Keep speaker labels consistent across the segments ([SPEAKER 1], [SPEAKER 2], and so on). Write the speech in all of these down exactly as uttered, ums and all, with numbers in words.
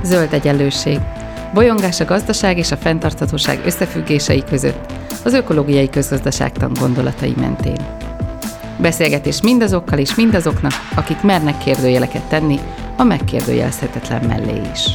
[SPEAKER 1] Zöld egyenlőség. Bolyongás a gazdaság és a fenntarthatóság összefüggései között, az ökológiai közgazdaságtan gondolatai mentén. Beszélgetés mindazokkal és mindazoknak, akik mernek kérdőjeleket tenni a megkérdőjelezhetetlen mellé is.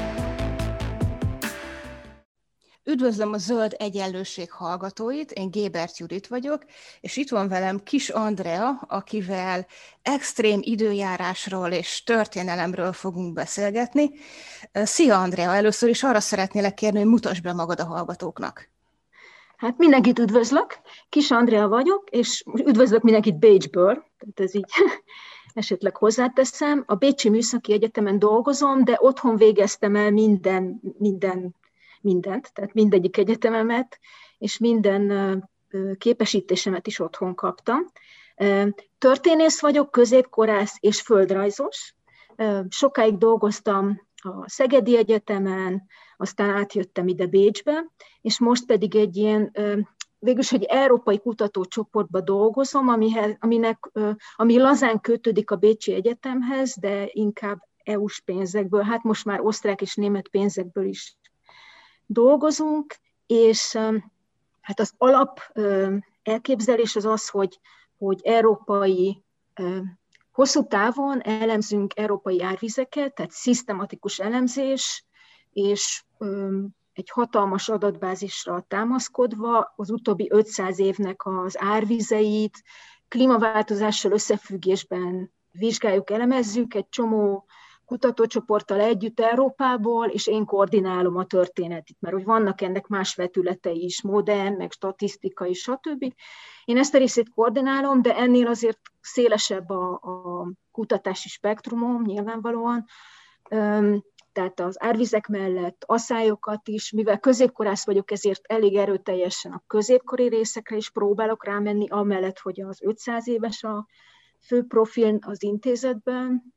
[SPEAKER 2] Üdvözlöm a Zöld Egyenlőség hallgatóit, én Gébert Judit vagyok, és itt van velem Kiss Andrea, akivel extrém időjárásról és történelemről fogunk beszélgetni. Szia Andrea, először is arra szeretnélek kérni, hogy mutasd be magad a hallgatóknak.
[SPEAKER 3] Hát mindenkit üdvözlök, Kiss Andrea vagyok, és üdvözlök mindenkit Bécsből, tehát ez így esetleg hozzáteszem. A Bécsi Műszaki Egyetemen dolgozom, de otthon végeztem el minden, minden, mindent, tehát mindegyik egyetememet, és minden képesítésemet is otthon kaptam. Történész vagyok, középkorász és földrajzos. Sokáig dolgoztam a Szegedi Egyetemen, aztán átjöttem ide Bécsbe, és most pedig egy ilyen, végülis egy európai kutatócsoportba dolgozom, amihez, aminek, ami lazán kötődik a Bécsi Egyetemhez, de inkább é u-s pénzekből, hát most már osztrák és német pénzekből is dolgozunk, és hát az alap elképzelés az az, hogy, hogy európai, hosszú távon elemzünk európai árvizeket, tehát szisztematikus elemzés, és egy hatalmas adatbázisra támaszkodva az utóbbi ötszáz évnek az árvizeit klímaváltozással összefüggésben vizsgáljuk, elemezzük egy csomó kutatócsoporttal együtt Európából, és én koordinálom a történetet, mert hogy vannak ennek más vetületei is, modern, meg statisztikai, stb. Én ezt a részét koordinálom, de ennél azért szélesebb a, a kutatási spektrumom nyilvánvalóan. Tehát az árvizek mellett asszályokat is, mivel középkorász vagyok, ezért elég erőteljesen a középkori részekre is próbálok rámenni, amellett, hogy az ötszáz éves a fő profil az intézetben,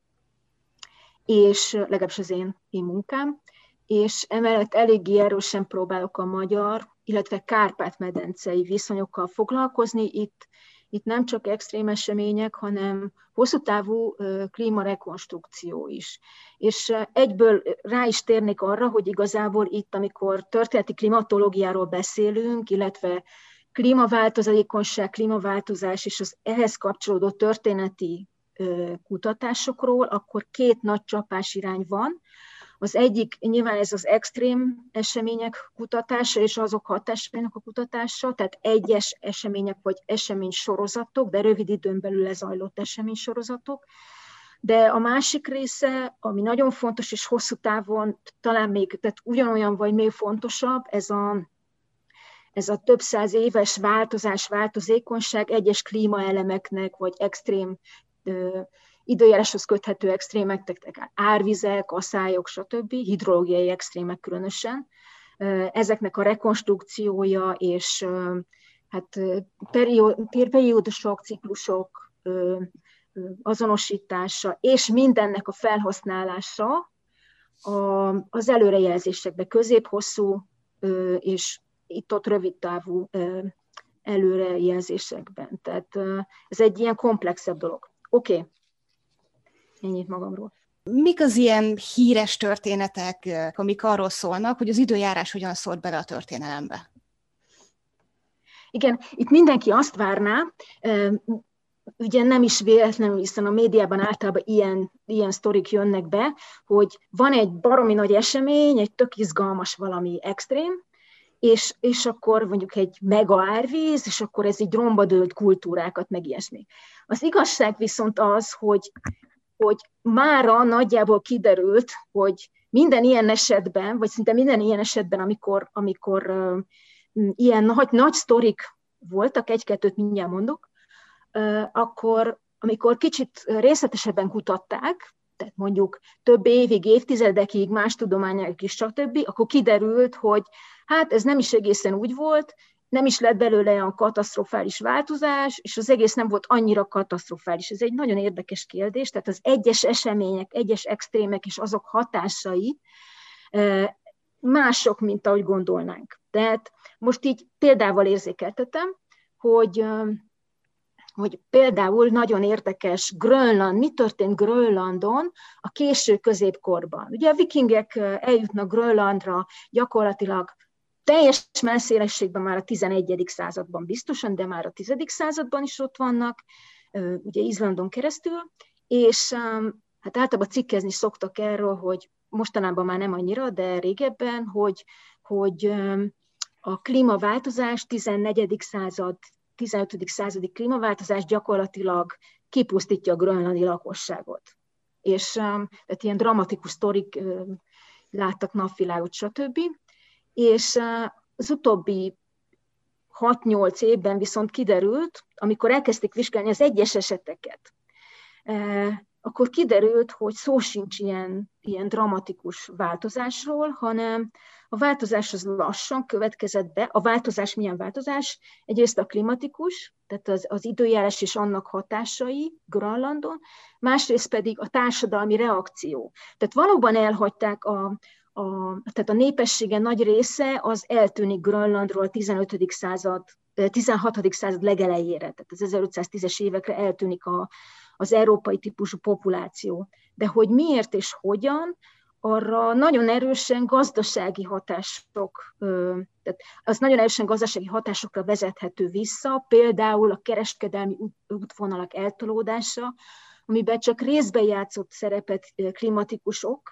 [SPEAKER 3] és legalábbis az én, én munkám, és emellett eléggé erősen próbálok a magyar, illetve Kárpát-medencei viszonyokkal foglalkozni. Itt, itt nem csak extrém események, hanem hosszú távú klímarekonstrukció is. És egyből rá is térnék arra, hogy igazából itt, amikor történeti klimatológiáról beszélünk, illetve klímaváltozékonyság, klímaváltozás és az ehhez kapcsolódó történeti kutatásokról, akkor két nagy csapásirány van. Az egyik nyilván ez az extrém események kutatása és azok hatásainak a kutatása, tehát egyes események vagy eseménysorozatok, de rövid időn belül lezajlott eseménysorozatok. De a másik része, ami nagyon fontos és hosszú távon talán még, tehát ugyanolyan vagy még fontosabb, ez a, ez a több száz éves változás, változékonyság egyes klímaelemeknek vagy extrém időjáráshoz köthető extrémek, tehát árvizek, aszályok, stb., hidrológiai extrémek különösen. Ezeknek a rekonstrukciója és hát periódusok, ciklusok azonosítása és mindennek a felhasználása az előrejelzésekbe közép-hosszú és itt-ott rövid távú előrejelzésekben. Tehát ez egy ilyen komplexebb dolog. Oké, okay. Ennyit magamról.
[SPEAKER 2] Mik az ilyen híres történetek, amik arról szólnak, hogy az időjárás hogyan szólt bele a történelembe?
[SPEAKER 3] Igen, itt mindenki azt várná, ugye nem is véletlenül, hiszen a médiában általában ilyen, ilyen sztorik jönnek be, hogy van egy baromi nagy esemény, egy tök izgalmas valami extrém, És, és akkor mondjuk egy mega árvíz, és akkor ez így romba dőlt kultúrákat, meg ilyesmi. Az igazság viszont az, hogy, hogy mára nagyjából kiderült, hogy minden ilyen esetben, vagy szinte minden ilyen esetben, amikor, amikor uh, ilyen nagy, nagy sztorik voltak, egy-kettőt mindjárt mondok, uh, akkor amikor kicsit részletesebben kutatták, tehát mondjuk több évig, évtizedekig, más tudományok is, stb., akkor kiderült, hogy hát ez nem is egészen úgy volt, nem is lett belőle olyan katasztrofális változás, és az egész nem volt annyira katasztrofális. Ez egy nagyon érdekes kérdés, tehát az egyes események, egyes extrémek és azok hatásai mások, mint ahogy gondolnánk. Tehát most így példával érzékeltetem, hogy hogy például nagyon érdekes Grönland, mi történt Grönlandon a késő középkorban. Ugye a vikingek eljutnak Grönlandra gyakorlatilag teljes messzélességben már a tizenegyedik században biztosan, de már a tizedik században is ott vannak, ugye Izlandon keresztül, és hát általában cikkezni szoktak erről, hogy mostanában már nem annyira, de régebben, hogy, hogy a klímaváltozás tizennegyedik század, tizenötödik századi klímaváltozás gyakorlatilag kipusztítja a grönlandi lakosságot. És tehát ilyen dramatikus sztorik láttak napvilágot, stb. És az utóbbi hat-nyolc évben viszont kiderült, amikor elkezdték vizsgálni az egyes eseteket, akkor kiderült, hogy szó sincs ilyen, ilyen dramatikus változásról, hanem a változás az lassan következett be. A változás milyen változás? Egyrészt a klimatikus, tehát az, az időjárás és annak hatásai Grönlandon, másrészt pedig a társadalmi reakció. Tehát valóban elhagyták a, a, tehát a népessége nagy része az eltűnik Grönlandról a tizenötödik század, tizenhatodik század legelejére, tehát az ezerötszáztízes évekre eltűnik a az európai típusú populáció. De hogy miért és hogyan, arra nagyon erősen gazdasági hatások, tehát az nagyon erősen gazdasági hatásokra vezethető vissza, például a kereskedelmi útvonalak eltolódása, amiben csak részben játszott szerepet klimatikusok,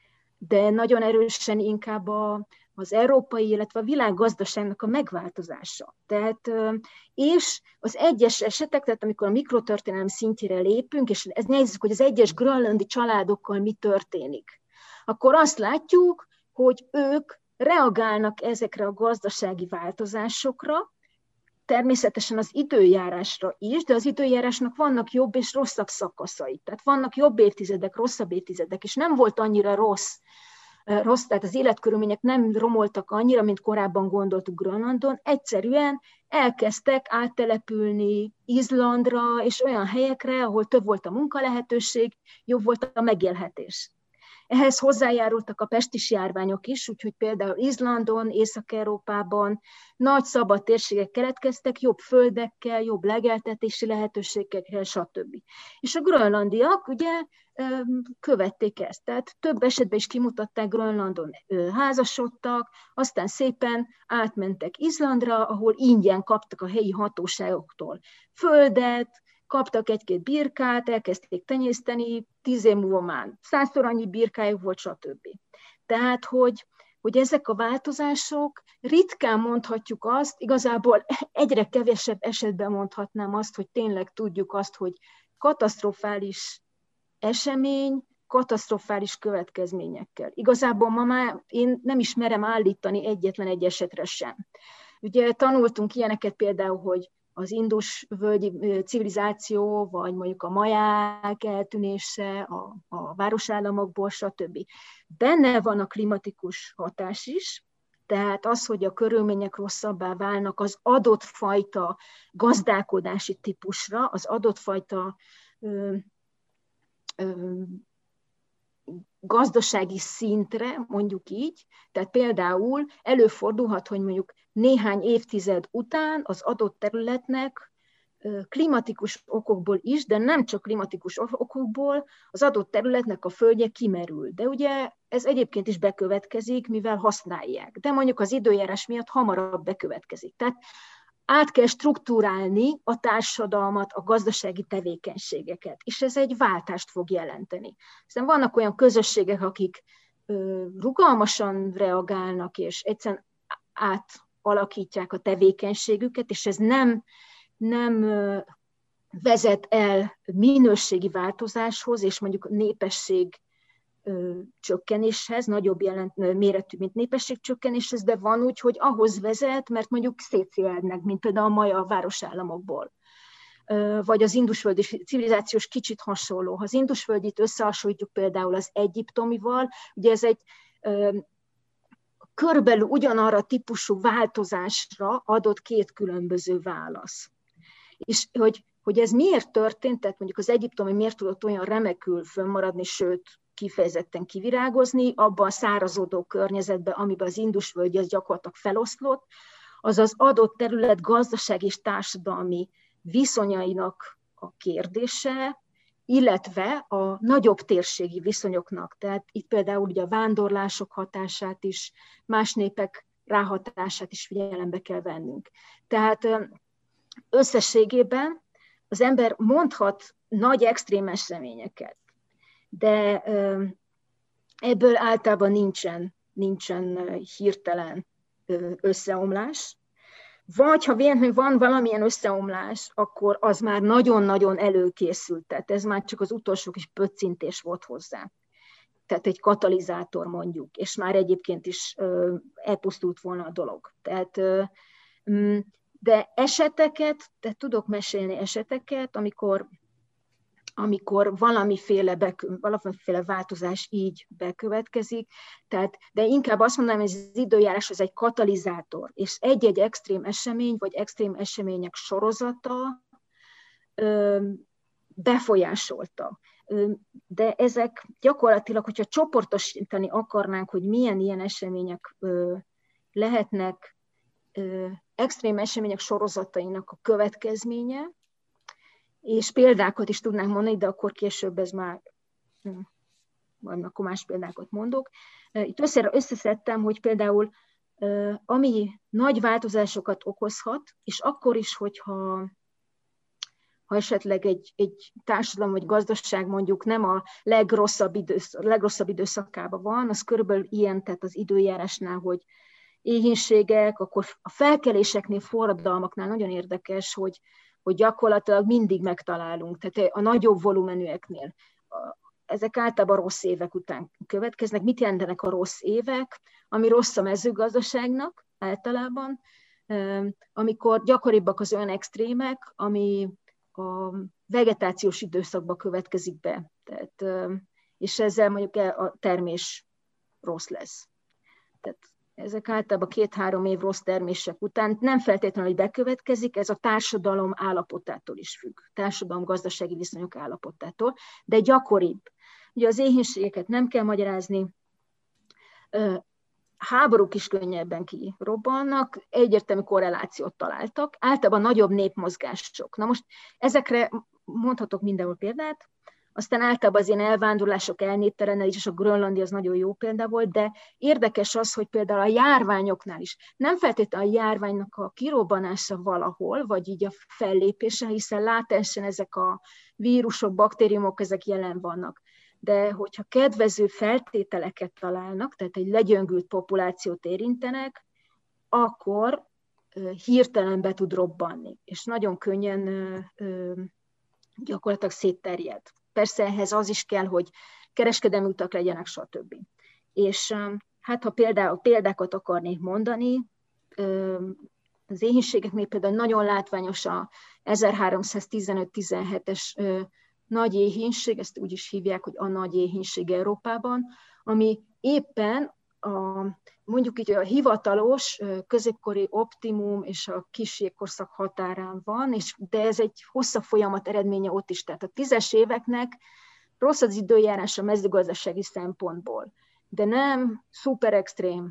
[SPEAKER 3] de nagyon erősen inkább a, az európai, illetve a világgazdaságnak a megváltozása. Tehát, és az egyes esetek, tehát amikor a mikrotörténelem szintjére lépünk, és ez nézzük, hogy az egyes grönlandi családokkal mi történik, akkor azt látjuk, hogy ők reagálnak ezekre a gazdasági változásokra, természetesen az időjárásra is, de az időjárásnak vannak jobb és rosszabb szakaszai. Tehát vannak jobb évtizedek, rosszabb évtizedek, és nem volt annyira rossz, rossz, tehát az életkörülmények nem romoltak annyira, mint korábban gondoltuk Grönlandon, egyszerűen elkezdtek áttelepülni Izlandra és olyan helyekre, ahol több volt a munkalehetőség, jobb volt a megélhetés. Ehhez hozzájárultak a pestis járványok is, úgyhogy például Izlandon, Észak-Európában nagy szabad térségek keletkeztek, jobb földekkel, jobb legeltetési lehetőségekkel, stb. És a grönlandiak ugye követték ezt, tehát több esetben is kimutatták, Grönlandon házasodtak, aztán szépen átmentek Izlandra, ahol ingyen kaptak a helyi hatóságoktól földet, kaptak egy-két birkát, elkezdték tenyészteni, tíz év múlva már százszor annyi birkájuk volt, stb. Tehát, hogy, hogy ezek a változások, ritkán mondhatjuk azt, igazából egyre kevesebb esetben mondhatnám azt, hogy tényleg tudjuk azt, hogy katasztrofális esemény, katasztrofális következményekkel. Igazából ma már én nem is merem állítani egyetlen egy esetre sem. Ugye tanultunk ilyeneket például, hogy az indus-völgyi civilizáció, vagy mondjuk a maják eltűnése, a, a városállamokból, stb. Benne van a klimatikus hatás is, tehát az, hogy a körülmények rosszabbá válnak az adott fajta gazdálkodási típusra, az adott fajta ö, ö, gazdasági szintre, mondjuk így, tehát például előfordulhat, hogy mondjuk néhány évtized után az adott területnek klimatikus okokból is, de nem csak klimatikus okokból, az adott területnek a földje kimerül. De ugye ez egyébként is bekövetkezik, mivel használják. De mondjuk az időjárás miatt hamarabb bekövetkezik. Tehát át kell struktúrálni a társadalmat, a gazdasági tevékenységeket, és ez egy váltást fog jelenteni. Aztán vannak olyan közösségek, akik rugalmasan reagálnak, és egyszerűen átalakítják a tevékenységüket, és ez nem, nem vezet el minőségi változáshoz, és mondjuk népesség csökkenéshez, nagyobb jelent, méretű, mint népességcsökkenéshez, de van úgy, hogy ahhoz vezet, mert mondjuk szétszélednek, mint például a maja városállamokból. Vagy az indusföldi civilizációs kicsit hasonló. Ha az indusföldit összehasonlítjuk például az egyiptomival, ugye ez egy körülbelül ugyanarra típusú változásra adott két különböző válasz. És hogy, hogy ez miért történt, tehát mondjuk az egyiptomi miért tudott olyan remekül fönnmaradni, sőt, kifejezetten kivirágozni, abban a szárazodó környezetben, amiben az indusvölgy az gyakorlatilag feloszlott, az az adott terület gazdaság és társadalmi viszonyainak a kérdése, illetve a nagyobb térségi viszonyoknak. Tehát itt például ugye a vándorlások hatását is, más népek ráhatását is figyelembe kell vennünk. Tehát összességében az ember mondhat nagy extrém eseményeket, de ebből általában nincsen, nincsen hirtelen összeomlás. Vagy ha véletlenül van valamilyen összeomlás, akkor az már nagyon-nagyon előkészült. Tehát ez már csak az utolsó kis pöccintés volt hozzá. Tehát egy katalizátor mondjuk, és már egyébként is ö, elpusztult volna a dolog. Tehát, ö, de eseteket, tehát tudok mesélni eseteket, amikor, amikor valamiféle, bekö, valamiféle változás így bekövetkezik, tehát, de inkább azt mondanám, hogy az időjárás az egy katalizátor, és egy-egy extrém esemény, vagy extrém események sorozata ö, befolyásolta. De ezek gyakorlatilag, hogyha csoportosítani akarnánk, hogy milyen ilyen események ö, lehetnek ö, extrém események sorozatainak a következménye, és példákat is tudnánk mondani, de akkor később ez már, vagy akkor más példákat mondok. Itt össze, összeszedtem, hogy például ami nagy változásokat okozhat, és akkor is, hogyha ha esetleg egy, egy társadalom vagy gazdaság mondjuk nem a legrosszabb, idősz, legrosszabb időszakában van, az körülbelül ilyen, tehát az időjárásnál, hogy éhínségek, akkor a felkeléseknél, forradalmaknál nagyon érdekes, hogy, hogy gyakorlatilag mindig megtalálunk, tehát a nagyobb volumenűeknél. Ezek általában rossz évek után következnek. Mit jelentenek a rossz évek? Ami rossz a mezőgazdaságnak általában, amikor gyakoribbak az olyan extrémek, ami a vegetációs időszakban következik be, tehát, és ezzel mondjuk a termés rossz lesz. Tehát ezek általában két-három év rossz termések után nem feltétlenül, hogy bekövetkezik, ez a társadalom állapotától is függ, társadalom-gazdasági viszonyok állapotától, de gyakoribb. Ugye az éhínségeket nem kell magyarázni, háborúk is könnyebben kirobbannak, egyértelmű korrelációt találtak, általában nagyobb népmozgások. Na most ezekre mondhatok mindenhol példát, aztán általában az ilyen elvándorlások, elnéptelenedés, és a grönlandi az nagyon jó példa volt, de érdekes az, hogy például a járványoknál is nem feltétlenül a járványnak a kirobbanása valahol, vagy így a fellépése, hiszen látensen ezek a vírusok, baktériumok, ezek jelen vannak. De hogyha kedvező feltételeket találnak, tehát egy legyöngült populációt érintenek, akkor hirtelen be tud robbanni, és nagyon könnyen gyakorlatilag szétterjed. Persze ehhez az is kell, hogy kereskedelmi utak legyenek, stb. És hát ha például példákat akarnék mondani, az éhínségeknél például nagyon látványos a ezerháromszáztizenöt-tizenhetes nagy éhínség, ezt úgy is hívják, hogy a nagy éhínség Európában, ami éppen a, mondjuk így a hivatalos középkori optimum és a kis jégkorszak határán van, és, de ez egy hosszabb folyamat eredménye ott is. Tehát a tízes éveknek rossz az időjárás a mezőgazdasági szempontból, de nem szuper extrém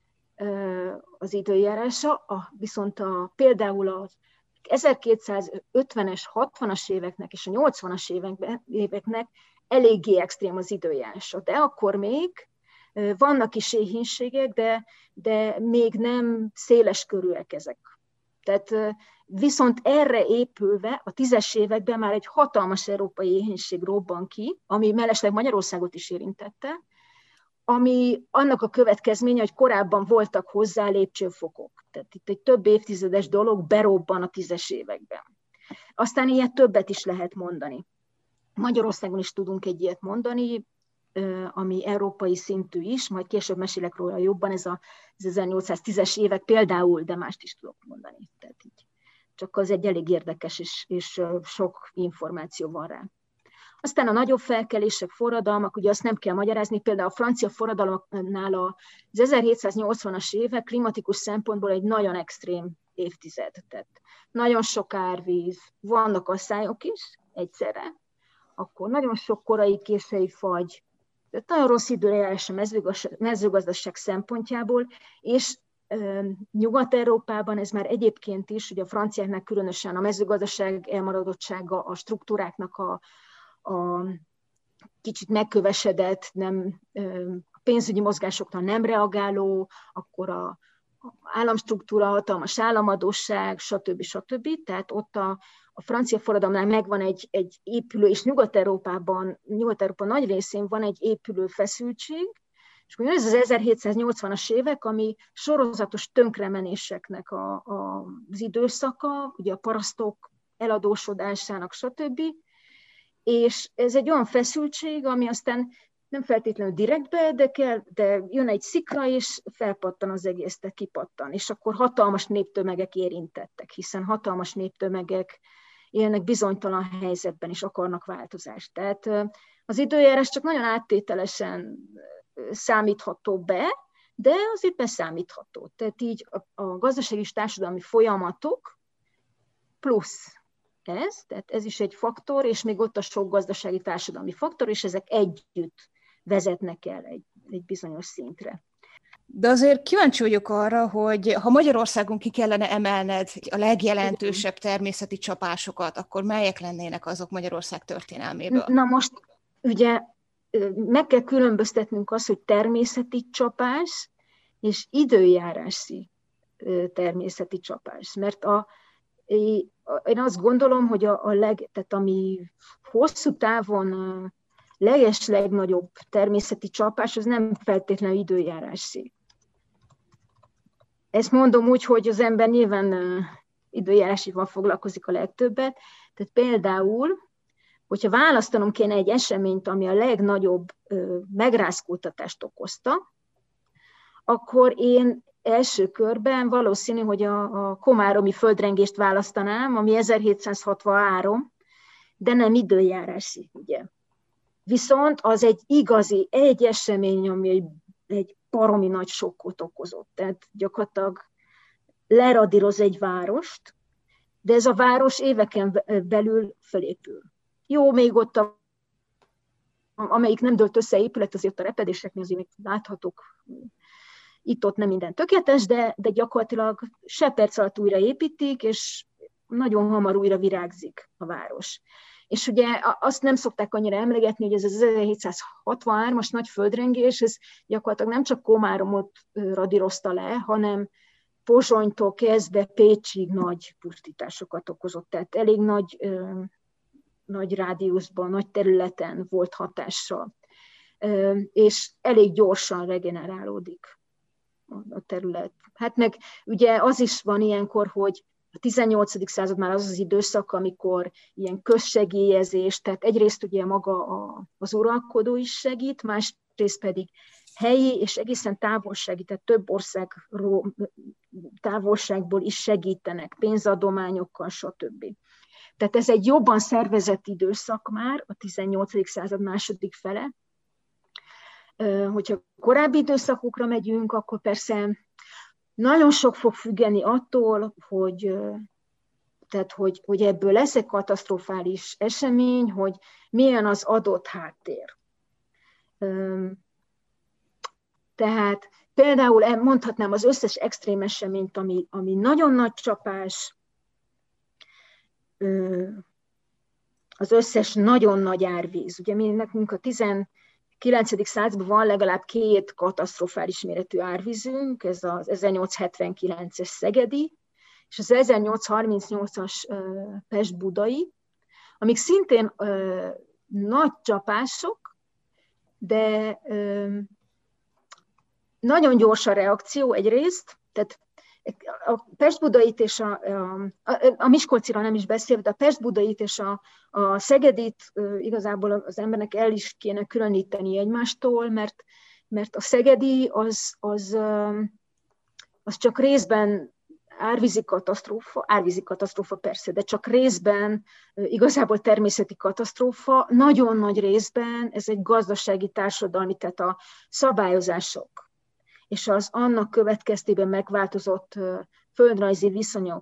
[SPEAKER 3] az időjárása, a, viszont a, például az ezerkétszázötvenes, hatvanas éveknek és a nyolcvanas éveknek eléggé extrém az időjárása. De akkor még vannak is éhínségek, de, de még nem széles körűek ezek. Tehát viszont erre épülve a tízes években már egy hatalmas európai éhínség robban ki, ami mellesleg Magyarországot is érintette, ami annak a következménye, hogy korábban voltak hozzá lépcsőfokok. Tehát itt egy több évtizedes dolog berobban a tízes években. Aztán ilyet többet is lehet mondani. Magyarországon is tudunk egy ilyet mondani, ami európai szintű is, majd később mesélek róla jobban, ez az ezernyolcszáztízes évek például, de mást is tudok mondani. Tehát így. Csak az egy elég érdekes, és, és sok információ van rá. Aztán a nagyobb felkelések, forradalmak, ugye azt nem kell magyarázni, például a francia forradalmaknál az ezerhétszáznyolcvanas évek klimatikus szempontból egy nagyon extrém évtized. Tehát nagyon sok árvíz, vannak asszályok is egyszerre, akkor nagyon sok korai késői fagy, tehát nagyon rossz időjárás a mezőgazdaság szempontjából, és Nyugat-Európában ez már egyébként is, ugye a franciáknak különösen a mezőgazdaság elmaradottsága, a struktúráknak a, a kicsit megkövesedett, nem, a pénzügyi mozgásokra nem reagáló, akkor a államstruktúra, hatalmas államadósság, stb. stb. Tehát ott a, a francia forradalomnál megvan egy, egy épülő, és Nyugat-Európában, Nyugat-Európa nagy részén van egy épülő feszültség, és akkor ez az ezerhétszáznyolcvanas évek, ami sorozatos tönkremenéseknek a, a, az időszaka, ugye a parasztok eladósodásának, stb. És ez egy olyan feszültség, ami aztán nem feltétlenül direktbe, de, kell, de jön egy szikra, és felpattan az egész, tehát kipattan. És akkor hatalmas néptömegek érintettek, hiszen hatalmas néptömegek élnek bizonytalan helyzetben, és akarnak változást. Tehát az időjárás csak nagyon áttételesen számítható be, de azért beszámítható. Tehát így a, a gazdasági és társadalmi folyamatok plusz ez, tehát ez is egy faktor, és még ott a sok gazdasági társadalmi faktor, és ezek együtt vezetnek el egy, egy bizonyos szintre.
[SPEAKER 2] De azért kíváncsi vagyok arra, hogy ha Magyarországon ki kellene emelned a legjelentősebb természeti csapásokat, akkor melyek lennének azok Magyarország történelméből?
[SPEAKER 3] Na most ugye meg kell különböztetnünk azt, hogy természeti csapás és időjárási természeti csapás. Mert a, én azt gondolom, hogy a, a leg, tehát ami hosszú távon a leges legnagyobb természeti csapás, az nem feltétlenül időjárási. Ezt mondom úgy, hogy az ember nyilván időjárásival foglalkozik a legtöbbet. Tehát például, hogyha választanom kéne egy eseményt, ami a legnagyobb ö, megrázkódtatást okozta, akkor én első körben valószínű, hogy a, a komáromi földrengést választanám, ami ezerhétszázhatvanhárom, de nem időjárási, ugye. Viszont az egy igazi, egy esemény, ami egy, egy baromi nagy sokkot okozott. Tehát gyakorlatilag leradíroz egy várost, de ez a város éveken belül felépül. Jó, még ott, a, amelyik nem dőlt össze épület, azért a repedéseknél azért még láthatók, itt-ott nem minden tökéletes, de, de gyakorlatilag se perc alatt újra építik, és nagyon hamar újra virágzik a város. És ugye azt nem szokták annyira emlegetni, hogy ez az ezerhétszázhatvanhármas nagy földrengés, ez gyakorlatilag nem csak Komáromot radírozta le, hanem Pozsonytól kezdve Pécsig nagy pusztításokat okozott. Tehát elég nagy, ö, nagy rádiuszban, nagy területen volt hatással. Ö, és elég gyorsan regenerálódik a terület. Hát meg ugye az is van ilyenkor, hogy a tizennyolcadik század már az az időszak, amikor ilyen közsegélyezés, tehát egyrészt ugye maga a, az uralkodó is segít, másrészt pedig helyi és egészen távolsági, tehát több ország távolságból is segítenek, pénzadományokkal, stb. Tehát ez egy jobban szervezett időszak már, a tizennyolcadik század második fele. Hogyha korábbi időszakokra megyünk, akkor persze nagyon sok fog függeni attól, hogy, tehát hogy, hogy ebből lesz egy katasztrofális esemény, hogy milyen az adott háttér. Tehát például mondhatnám az összes extrém eseményt, ami, ami nagyon nagy csapás, az összes nagyon nagy árvíz. Ugye mi nekünk a tizenkilencedik században van legalább két katasztrofális méretű árvízünk, ez az ezernyolcszázhetvenkilences szegedi, és az ezernyolcszázharmincnyolcas pest-budai, amik szintén ö, nagy csapások, de ö, nagyon gyors a reakció egyrészt, tehát a pest-budait és a, a, a, a Miskolcira nem is beszélve, de a pest-budait és a, a Szegedit uh, igazából az embernek el is kéne különíteni egymástól, mert, mert a szegedi az, az, uh, az csak részben árvízi katasztrófa, árvízi katasztrófa persze, de csak részben uh, igazából természeti katasztrófa, nagyon nagy részben ez egy gazdasági, társadalmi, tehát a szabályozások és az annak következtében megváltozott földrajzi viszonyok,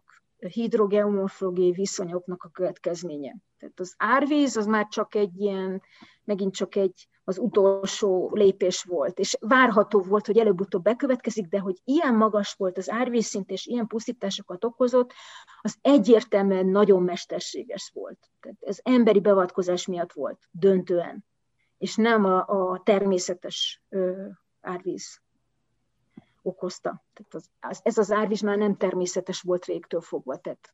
[SPEAKER 3] hidrogeomorfológiai viszonyoknak a következménye. Tehát az árvíz az már csak egy ilyen megint csak egy, az utolsó lépés volt, és várható volt, hogy előbb-utóbb bekövetkezik, de hogy ilyen magas volt az árvízszint, és ilyen pusztításokat okozott, az egyértelműen nagyon mesterséges volt. Tehát ez emberi beavatkozás miatt volt, döntően, és nem a, a természetes ö, árvíz okozta. Tehát az, az, ez az árvíz már nem természetes volt régtől fogva, tehát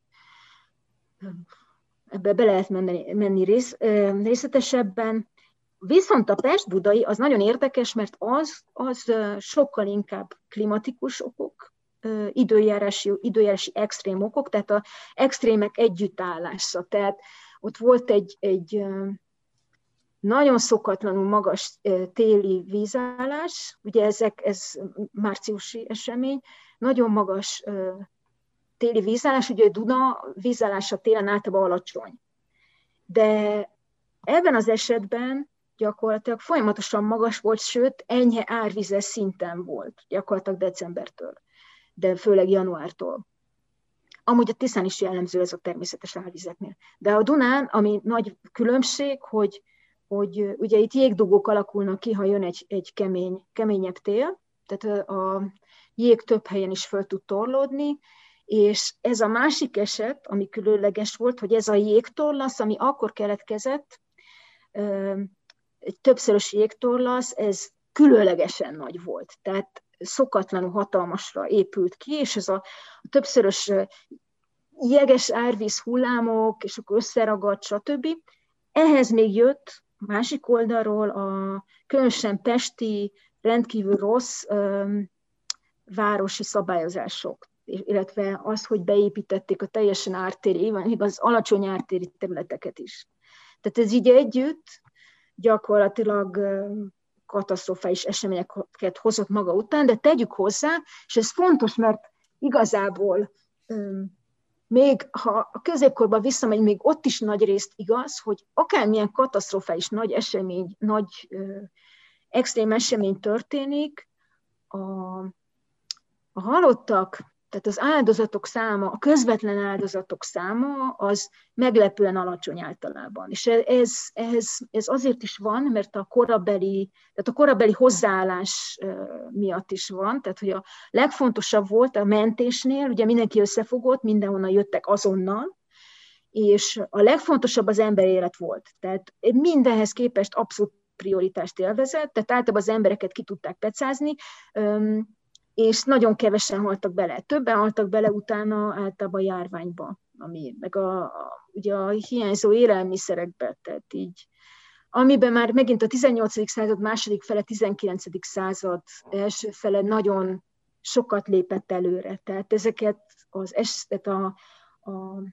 [SPEAKER 3] ebbe be lehet menni, menni rész, részletesebben. Viszont a Pest-Budai az nagyon érdekes, mert az, az sokkal inkább klimatikus okok, időjárási, időjárási extrém okok, tehát az extrémek együttállása. Tehát ott volt egy, egy nagyon szokatlanul magas téli vízállás, ugye ezek, ez márciusi esemény, nagyon magas téli vízállás, ugye a Duna vízállása télen általában alacsony. De ebben az esetben gyakorlatilag folyamatosan magas volt, sőt, enyhe árvizes szinten volt, gyakorlatilag decembertől, de főleg januártól. Amúgy a Tiszán is jellemző ez a természetes árvizeknél. De a Dunán, ami nagy különbség, hogy, hogy ugye itt jégdugók alakulnak ki, ha jön egy, egy kemény, keményebb tél, tehát a jég több helyen is föl tud torlódni, és ez a másik eset, ami különleges volt, hogy ez a jégtorlasz, ami akkor keletkezett, egy többszörös jégtorlasz, ez különlegesen nagy volt. Tehát szokatlanul hatalmasra épült ki, és ez a, a többszörös jeges árvíz hullámok, és akkor összeragadt, stb. Ehhez még jött másik oldalról a különösen pesti, rendkívül rossz um, városi szabályozások, illetve az, hogy beépítették a teljesen ártéri, még az alacsony ártéri területeket is. Tehát ez így együtt gyakorlatilag katasztrofális eseményeket hozott maga után, de tegyük hozzá, és ez fontos, mert igazából még ha a középkorban visszamegy, még ott is nagy részt igaz, hogy akármilyen katasztrofális nagy esemény, nagy extrém esemény történik, a, a halottak, tehát az áldozatok száma, a közvetlen áldozatok száma az meglepően alacsony általában. És ez, ez, ez azért is van, mert a korabeli, tehát a korabeli hozzáállás miatt is van, tehát hogy a legfontosabb volt a mentésnél, ugye mindenki összefogott, mindenhonnan jöttek azonnal, és a legfontosabb az emberélet volt. Tehát mindenhez képest abszolút prioritást élvezett, tehát általában az embereket ki tudták pecázni, és nagyon kevesen haltak bele. Többen haltak bele utána általában a járványba, ami, meg a, a, ugye a hiányzó élelmiszerekbe, tehát így, amiben már megint a tizennyolcadik század második fele, tizenkilencedik század első fele nagyon sokat lépett előre. Tehát ezeket az, tehát a, a,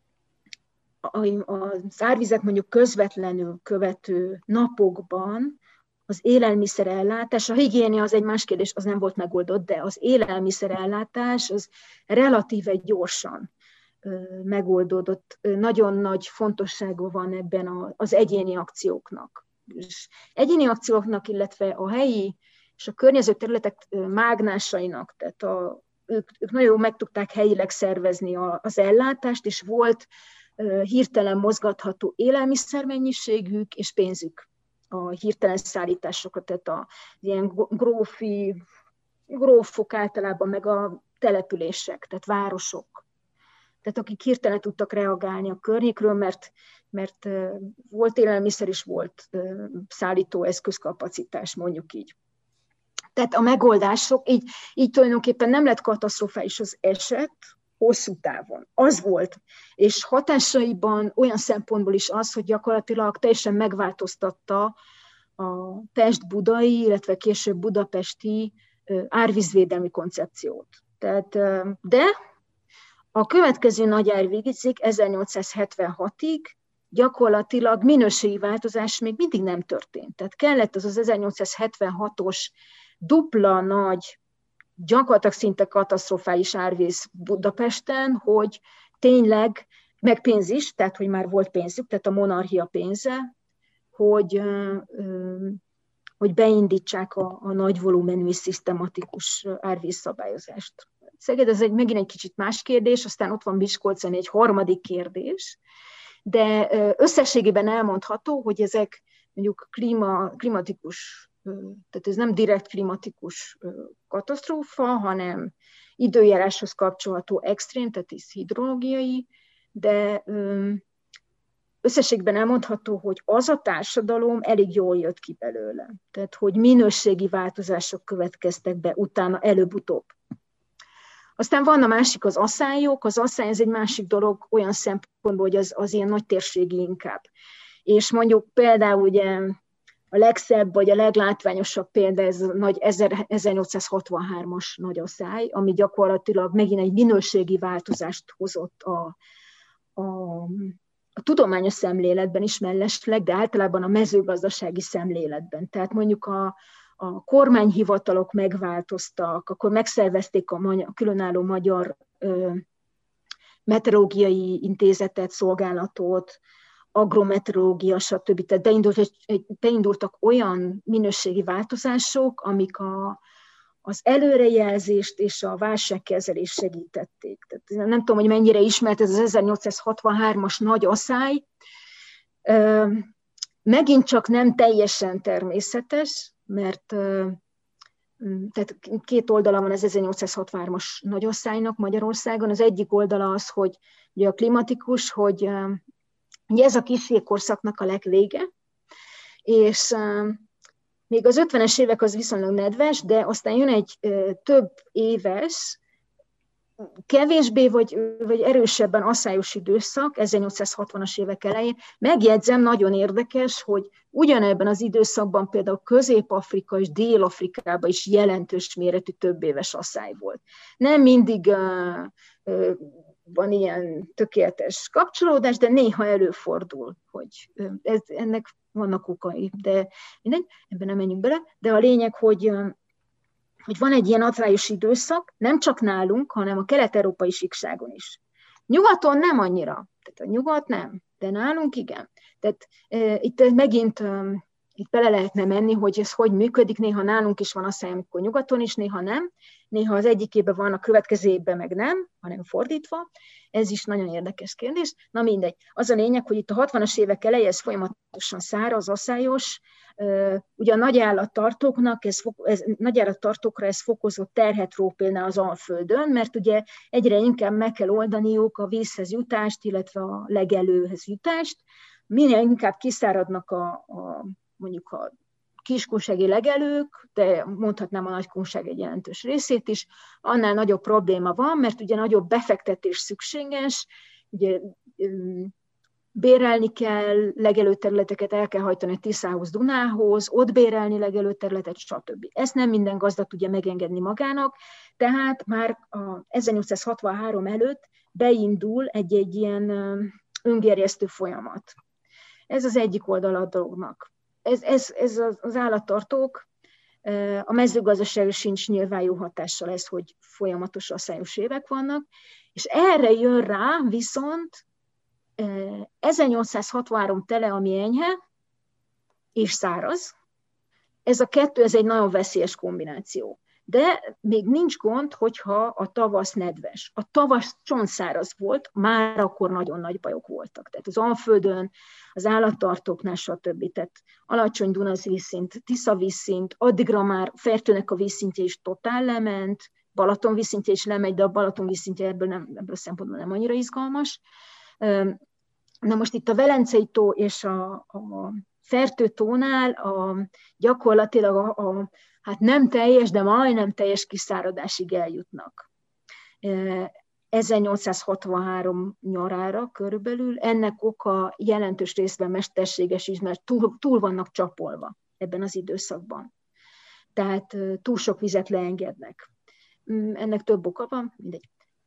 [SPEAKER 3] a, az árvizek mondjuk közvetlenül követő napokban az élelmiszerellátás, a higiénia az egy más kérdés, az nem volt megoldott, de az élelmiszerellátás az relatíve gyorsan megoldódott. Nagyon nagy fontossága van ebben az egyéni akcióknak. És egyéni akcióknak, illetve a helyi és a környező területek mágnásainak, tehát a, ők, ők nagyon jól meg tudták helyileg szervezni az ellátást, és volt hirtelen mozgatható élelmiszermennyiségük és pénzük a hirtelen szállításokra, tehát a ilyen grófi, grófok általában, meg a települések, tehát városok. Tehát akik hirtelen tudtak reagálni a környékről, mert, mert volt élelmiszer és volt szállító eszközkapacitás, mondjuk így. Tehát a megoldások, így, így tulajdonképpen nem lett katasztrofális az eset, hosszú távon. Az volt. És hatásaiban olyan szempontból is az, hogy gyakorlatilag teljesen megváltoztatta a Pest-Budai, illetve később budapesti árvízvédelmi koncepciót. Tehát, de a következő nagy árvízig ezernyolcszázhetvenhatig gyakorlatilag minőségi változás még mindig nem történt. Tehát kellett az az ezernyolcszázhetvenhatos dupla nagy, gyakorlatilag szinte katasztrofális árvíz Budapesten, hogy tényleg, meg pénz is, tehát hogy már volt pénzük, tehát a monarchia pénze, hogy, hogy beindítsák a, a nagy volumenű és szisztematikus árvízszabályozást. Szeged, ez egy, megint egy kicsit más kérdés, aztán ott van Miskolcon egy harmadik kérdés, de összességében elmondható, hogy ezek mondjuk klíma, klimatikus, tehát ez nem direkt klimatikus katasztrófa, hanem időjáráshoz kapcsolható extrém, tehát ez hidrológiai, de összességben elmondható, hogy az a társadalom elég jól jött ki belőle. Tehát, hogy minőségi változások következtek be utána, előbb-utóbb. Aztán van a másik, az aszályok. Az asszály ez egy másik dolog olyan szempontból, hogy az, az ilyen nagy térségi inkább. És mondjuk például ugye a legszebb, vagy a leglátványosabb példa ez a nagy ezernyolcszázhatvanhármas nagy aszály, ami gyakorlatilag megint egy minőségi változást hozott a, a, a tudományos szemléletben is mellesleg, de általában a mezőgazdasági szemléletben. Tehát mondjuk a, a kormányhivatalok megváltoztak, akkor megszervezték a, magyar, a különálló magyar ö, meteorológiai intézetet, szolgálatot, agrometeorológia, stb. Tehát beindult, beindultak olyan minőségi változások, amik a, az előrejelzést és a válságkezelést segítették. Tehát nem tudom, hogy mennyire ismert ez az ezernyolcszázhatvanhármas nagy aszály. Megint csak nem teljesen természetes, mert tehát két oldala van az ezernyolcszázhatvanhármas nagy aszálynak Magyarországon. Az egyik oldala az, hogy ugye a klimatikus, hogy ugye ez a késjégkorszaknak a legvége, és uh, még az ötvenes évek az viszonylag nedves, de aztán jön egy uh, több éves, kevésbé vagy, vagy erősebben aszályos időszak, ezernyolcszázhatvanas évek elején. Megjegyzem, nagyon érdekes, hogy ugyanebben az időszakban például Közép-Afrika és Dél-Afrikában is jelentős méretű több éves aszály volt. Nem mindig uh, uh, van ilyen tökéletes kapcsolódás, de néha előfordul, hogy ez, ennek vannak okai, de mindegy, ebben nem menjünk bele, de a lényeg, hogy, hogy van egy ilyen aszályos időszak, nem csak nálunk, hanem a kelet-európai síkságon is. Nyugaton nem annyira, tehát a nyugat nem, de nálunk igen. Tehát e, itt megint e, itt bele lehetne menni, hogy ez hogy működik, néha nálunk is van aszály, amikor nyugaton is, néha nem, néha az egyik évben van, a következő évben meg nem, hanem fordítva. Ez is nagyon érdekes kérdés. Na mindegy. Az a lényeg, hogy itt a hatvanas évek eleje ez folyamatosan száraz, aszályos. Ugye a nagyállattartóknak, ez, ez, nagyállattartókra ez fokozott terhet ró például az Alföldön, mert ugye egyre inkább meg kell oldaniuk a vízhez jutást, illetve a legelőhez jutást. Minél inkább kiszáradnak a, a mondjuk a kiskunsági legelők, de mondhatnám a nagykunság egy jelentős részét is, annál nagyobb probléma van, mert ugye nagyobb befektetés szükséges, ugye bérelni kell, legelőterületeket el kell hajtani a Tiszához, Dunához, ott bérelni legelőterületet, stb. Ezt nem minden gazda tudja megengedni magának, tehát már a ezernyolcszázhatvanhárom előtt beindul egy-egy ilyen öngerjesztő folyamat. Ez az egyik oldala a dolognak. Ez, ez, ez az állattartók, a mezőgazdaságra sincs nyilván jó hatással ez, hogy folyamatos aszályos évek vannak, és erre jön rá viszont ezernyolcszázhatvanhárom tele, ami enyhe, és száraz. Ez a kettő, ez egy nagyon veszélyes kombináció. De még nincs gond, hogyha a tavasz nedves. A tavasz csontszáraz volt, már akkor nagyon nagy bajok voltak. Tehát az Alföldön, az állattartóknál, stb. Tehát alacsony Dunasz vízszint, Tisza vízszint, addigra már Fertőnek a vízszintje is totál lement, Balaton vízszintje is lemegy, de a Balaton vízszintje ebből, nem, ebből a szempontból nem annyira izgalmas. Na most itt a Velencei tó és a, a Fertő-tónál a, gyakorlatilag a, a hát nem teljes, de majdnem teljes kiszáradásig eljutnak. ezernyolcszázhatvanhárom nyarára körülbelül. Ennek oka jelentős részben mesterséges is, mert túl, túl vannak csapolva ebben az időszakban. Tehát túl sok vizet leengednek. Ennek több oka van, mindegy.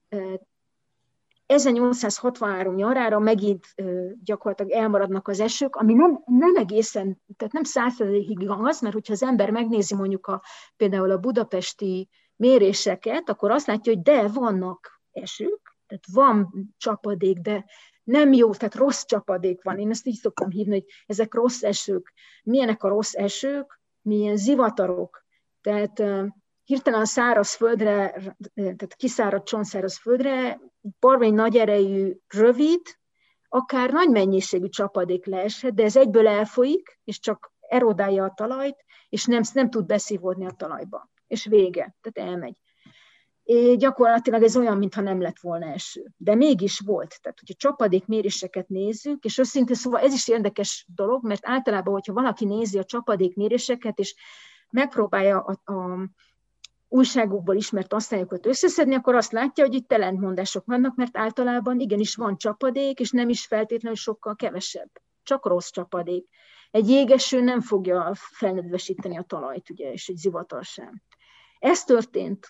[SPEAKER 3] ezernyolcszázhatvanhárom nyarára megint gyakorlatilag elmaradnak az esők, ami nem, nem egészen, tehát nem száz százalékig igaz, mert hogyha az ember megnézi mondjuk a, például a budapesti méréseket, akkor azt látja, hogy de vannak esők, tehát van csapadék, de nem jó, tehát rossz csapadék van. Én ezt így szoktam hívni, hogy ezek rossz esők. Milyenek a rossz esők? Milyen zivatarok? Tehát hirtelen a száraz földre, tehát kiszáradt csontszáraz földre, barmény nagy erejű, rövid, akár nagy mennyiségű csapadék leeshet, de ez egyből elfolyik, és csak erodálja a talajt, és nem, nem tud beszívódni a talajba. És vége, tehát elmegy. És gyakorlatilag ez olyan, mintha nem lett volna eső. De mégis volt. Tehát, hogyha csapadékméréseket nézzük, és őszintén szóval ez is érdekes dolog, mert általában, hogyha valaki nézi a csapadékméréseket, és megpróbálja a, a újságokból ismert osztályokat összeszedni, akkor azt látja, hogy itt ellentmondások vannak, mert általában igenis van csapadék, és nem is feltétlenül sokkal kevesebb. Csak rossz csapadék. Egy jégeső nem fogja felnedvesíteni a talajt, ugye, és egy zivatar sem. Ez történt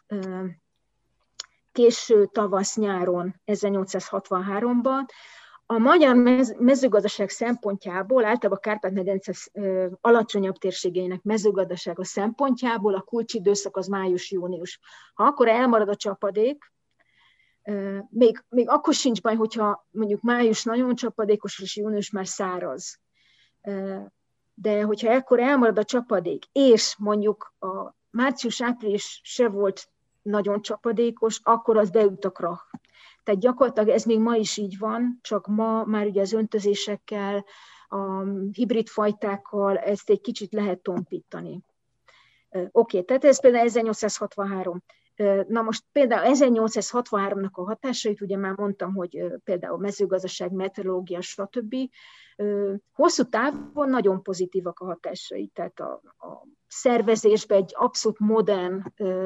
[SPEAKER 3] késő tavasz-nyáron ezernyolcszázhatvanháromban. A magyar mezőgazdaság szempontjából, általában a Kárpát-medence alacsonyabb térségeinek mezőgazdasága szempontjából a kulcsidőszak az május-június. Ha akkor elmarad a csapadék, még, még akkor sincs baj, hogyha mondjuk május nagyon csapadékos, és június már száraz. De hogyha ekkor elmarad a csapadék, és mondjuk a március-április se volt nagyon csapadékos, akkor az beüt a krach. Tehát gyakorlatilag ez még ma is így van, csak ma már ugye az öntözésekkel, a hibrid fajtákkal ezt egy kicsit lehet tompítani. Oké, okay, tehát ez például ezernyolcszázhatvanhárom. Na most például ezernyolcszázhatvanháromnak a hatásait, ugye már mondtam, hogy például mezőgazdaság, meteorológia, stb. Hosszú távon nagyon pozitívak a hatásai, tehát a, a szervezésben egy abszolút modern,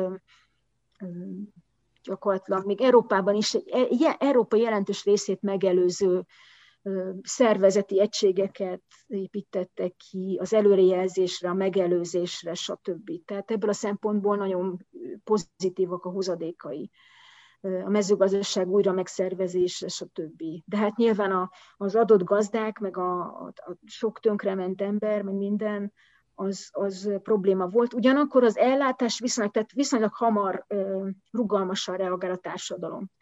[SPEAKER 3] gyakorlatilag még Európában is, egy Európa jelentős részét megelőző szervezeti egységeket építettek ki az előrejelzésre, a megelőzésre, stb. Tehát ebből a szempontból nagyon pozitívak a hozadékai. A mezőgazdaság újra megszervezésre, stb. De hát nyilván a, az adott gazdák, meg a, a sok tönkrement ember, meg minden, az, az probléma volt. Ugyanakkor az ellátás viszonylag, tehát viszonylag hamar rugalmasan reagál a társadalom.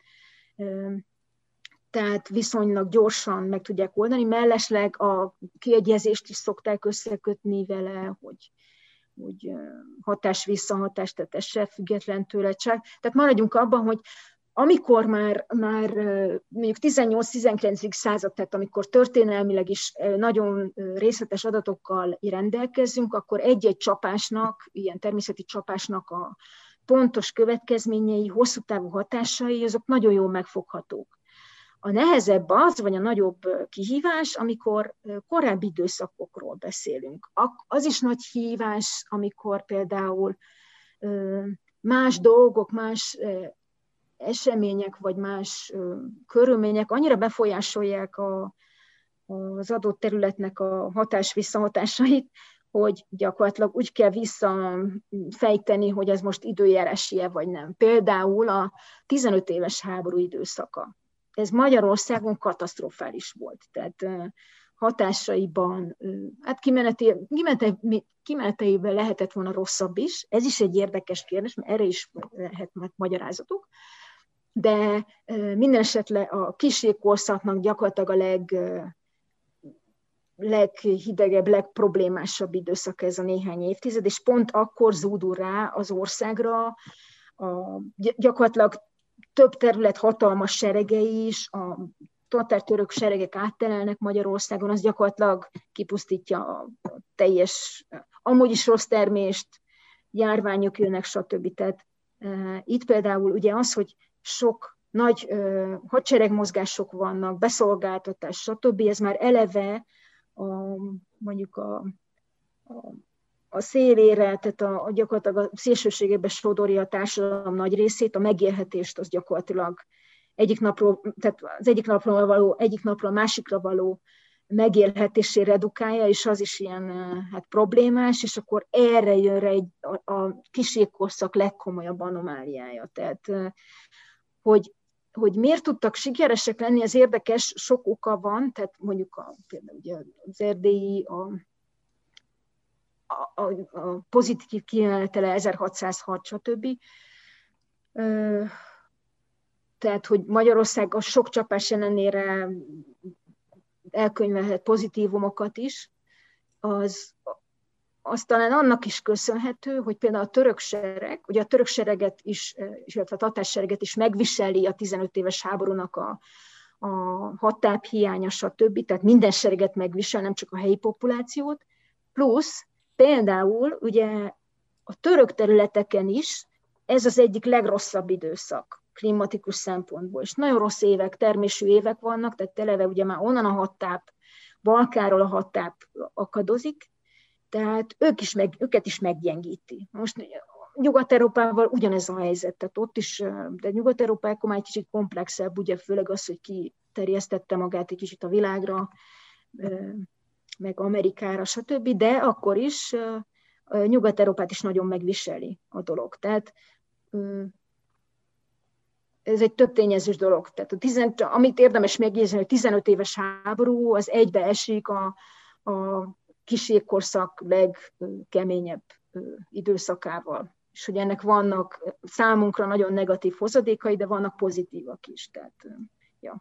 [SPEAKER 3] Tehát viszonylag gyorsan meg tudják oldani, mellesleg a kiegyezést is szokták összekötni vele, hogy, hogy hatás-visszahatás, tehát ez se független tőle. Tehát maradjunk abban, hogy amikor már, már mondjuk tizennyolc-tizenkilencedik század, tehát amikor történelmileg is nagyon részletes adatokkal rendelkezünk, akkor egy-egy csapásnak, ilyen természeti csapásnak a pontos következményei, hosszú távú hatásai, azok nagyon jól megfoghatók. A nehezebb az, vagy a nagyobb kihívás, amikor korábbi időszakokról beszélünk. Az is nagy kihívás, amikor például más dolgok, más események, vagy más körülmények annyira befolyásolják a, az adott területnek a hatás-visszahatásait, hogy gyakorlatilag úgy kell visszafejteni, hogy ez most időjárási-e vagy nem. Például a tizenöt éves háború időszaka. Ez Magyarországon katasztrofális volt. Tehát hatásaiban, hát kimeneteiben lehetett volna rosszabb is. Ez is egy érdekes kérdés, mert erre is lehet magyarázatok. De minden esetre a kisjégkorszaknak gyakorlatilag a leg, leghidegebb, legproblémásabb időszak ez a néhány évtized, és pont akkor zúdul rá az országra a, gyakorlatilag több terület hatalmas seregei is, a tatártörök seregek áttelelnek Magyarországon, az gyakorlatilag kipusztítja a teljes, amúgy is rossz termést, járványok jönnek, stb. Tehát e, itt például ugye az, hogy sok nagy e, hadseregmozgások vannak, beszolgáltatás, stb. Ez már eleve a, mondjuk a, a, a szélére, tehát a, a gyakorlatilag a szélsőségebe sodorja a társadalom nagy részét, a megélhetést az gyakorlatilag egyik napról, tehát az egyik napról való, egyik napról a másikra való megélhetésé redukálja, és az is ilyen hát, problémás, és akkor erre jön rá egy, a, a kisjégkorszak legkomolyabb anomáliája. Tehát, hogy, hogy miért tudtak sikeresek lenni, ez érdekes, sok oka van, tehát mondjuk a, például ugye az erdélyi, a, a, a pozitív kimenetele ezerhatszázhat, stb. Tehát, hogy Magyarország a sok csapás ellenére elkönyvelhet pozitívumokat is, az, az talán annak is köszönhető, hogy például a török sereg, ugye a török sereget is, illetve a tatár sereget is megviseli a tizenöt éves háborúnak a, a hadtáp hiánya, stb. Tehát minden sereget megvisel, nem csak a helyi populációt. Plusz például ugye a török területeken is ez az egyik legrosszabb időszak klimatikus szempontból. És nagyon rossz évek, termésű évek vannak, tehát eleve ugye már onnan a hadtáp, Balkáról a hadtáp akadozik, tehát ők is meg, őket is meggyengíti. Most Nyugat-Európával ugyanez a helyzet, tehát ott is, de Nyugat-Európában már egy kicsit komplexebb, ugye főleg az, hogy kiterjesztette magát egy kicsit a világra, meg Amerikára, stb., de akkor is Nyugat-Európát is nagyon megviseli a dolog. Tehát ez egy több tényezős dolog. Tehát a tizen, amit érdemes megjegyezni, hogy tizenöt éves háború, az egybe esik a, a kísérkorszak legkeményebb időszakával. És hogy ennek vannak számunkra nagyon negatív hozadékai, de vannak pozitívak is. Tehát, ja.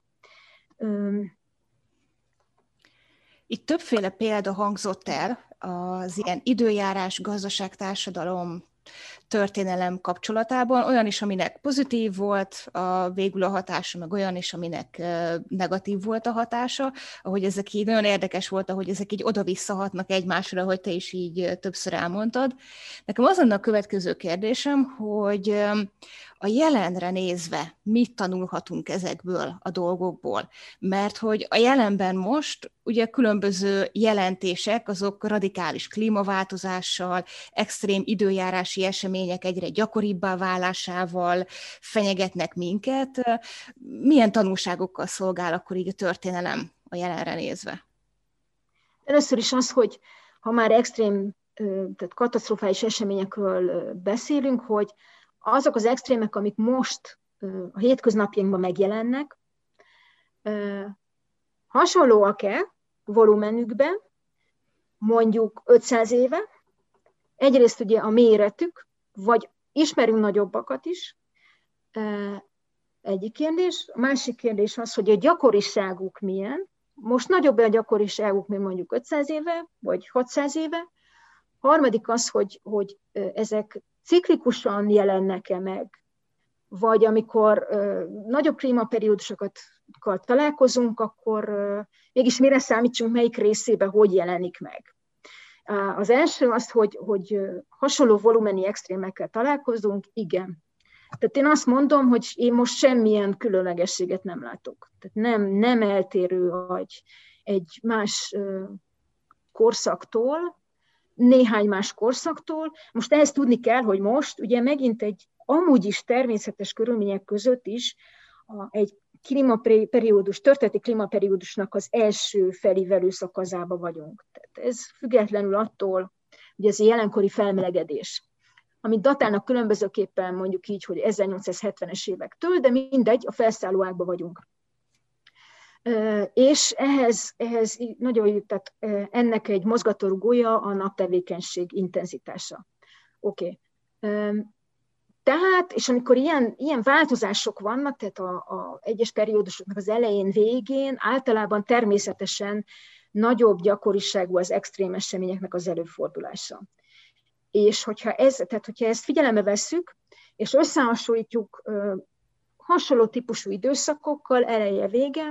[SPEAKER 2] Itt többféle példa hangzott el az ilyen időjárás, gazdaság, társadalom, történelem kapcsolatában, olyan is, aminek pozitív volt a, végül a hatása, meg olyan is, aminek negatív volt a hatása, ahogy ezek így nagyon érdekes volt, ahogy ezek így oda-vissza hatnak egymásra, hogy te is így többször elmondtad. Nekem az lenne a következő kérdésem, hogy a jelenre nézve mit tanulhatunk ezekből a dolgokból? Mert hogy a jelenben most ugye különböző jelentések, azok radikális klímaváltozással, extrém időjárási események egyre gyakoribbá válásával fenyegetnek minket. Milyen tanulságokkal szolgál akkor így a történelem a jelenre nézve?
[SPEAKER 3] Először is az, hogy ha már extrém, tehát katasztrofális eseményekről beszélünk, hogy azok az extrémek, amik most a hétköznapjainkban megjelennek, hasonlóak-e volumenükben, mondjuk ötszáz éve, egyrészt ugye a méretük, vagy ismerünk nagyobbakat is, egyik kérdés. A másik kérdés az, hogy a gyakoriságuk milyen. Most nagyobb a gyakoriságuk, mint mondjuk ötszáz éve, vagy hatszáz éve. A harmadik az, hogy, hogy ezek ciklikusan jelennek-e meg, vagy amikor uh, nagyobb klímaperiódusokat találkozunk, akkor uh, mégis mire számítsunk, melyik részébe hogy jelenik meg. Uh, az első az, hogy, hogy uh, hasonló volumeni extrémekkel találkozunk, igen. Tehát én azt mondom, hogy én most semmilyen különlegességet nem látok. Tehát nem, nem eltérő vagy egy más uh, korszaktól, néhány más korszaktól. Most ehhez tudni kell, hogy most ugye megint egy amúgy is természetes körülmények között is a, egy klímaperiódus, történeti klímaperiódusnak az első felívelő szakazába vagyunk. Tehát ez függetlenül attól, hogy ez a jelenkori felmelegedés, amit datálnak különbözőképpen mondjuk így, hogy ezernyolcszázhetvenes évektől, de mindegy, a felszálló ágban vagyunk. És ehhez, ehhez nagyon jó, tehát ennek egy mozgatórugója a naptevékenység intenzitása. Oké. Okay. Tehát, és amikor ilyen, ilyen változások vannak, tehát a, a egyes periódusoknak az elején, végén, általában természetesen nagyobb gyakoriságú az extrém eseményeknek az előfordulása. És hogyha, ez, tehát hogyha ezt figyelembe vesszük, és összehasonlítjuk hasonló típusú időszakokkal, eleje-vége,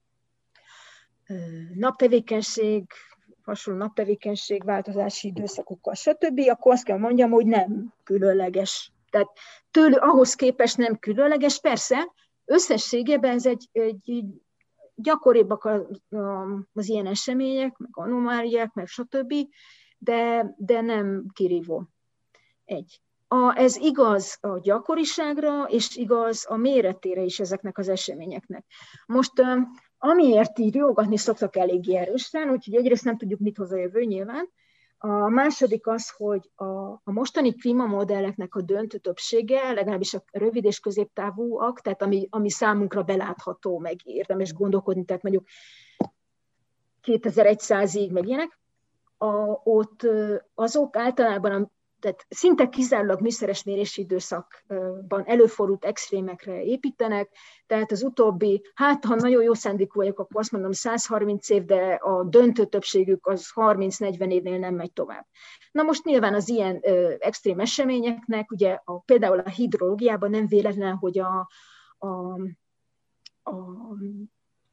[SPEAKER 3] naptevékenység, hasonló naptevékenység, változási időszakokkal, stb., akkor azt kell mondjam, hogy nem különleges. Tehát tőle, ahhoz képest nem különleges, persze, összességében ez egy, egy gyakoribbak az ilyen események, meg anomáliák, meg stb., de, de nem kirívó. Egy. A, ez igaz a gyakoriságra, és igaz a méretére is ezeknek az eseményeknek. Most amiért így riogatni szoktak eléggé erősen, úgyhogy egyrészt nem tudjuk, mit hoz a jövő nyilván. A második az, hogy a, a mostani klímamodelleknek a döntő többsége, legalábbis a rövid és középtávúak, tehát ami, ami számunkra belátható, meg érdemes gondolkodni, tehát mondjuk kétezer-százig, meg ilyenek, a, ott azok általában a tehát szinte kizárólag műszeres mérési időszakban előfordult extrémekre építenek, tehát az utóbbi, hát ha nagyon jó szándékú vagyok, akkor azt mondom száz harminc év, de a döntő többségük az harminc-negyven évnél nem megy tovább. Na most nyilván az ilyen ö, extrém eseményeknek, ugye a, például a hidrológiában nem véletlen, hogy a, a, a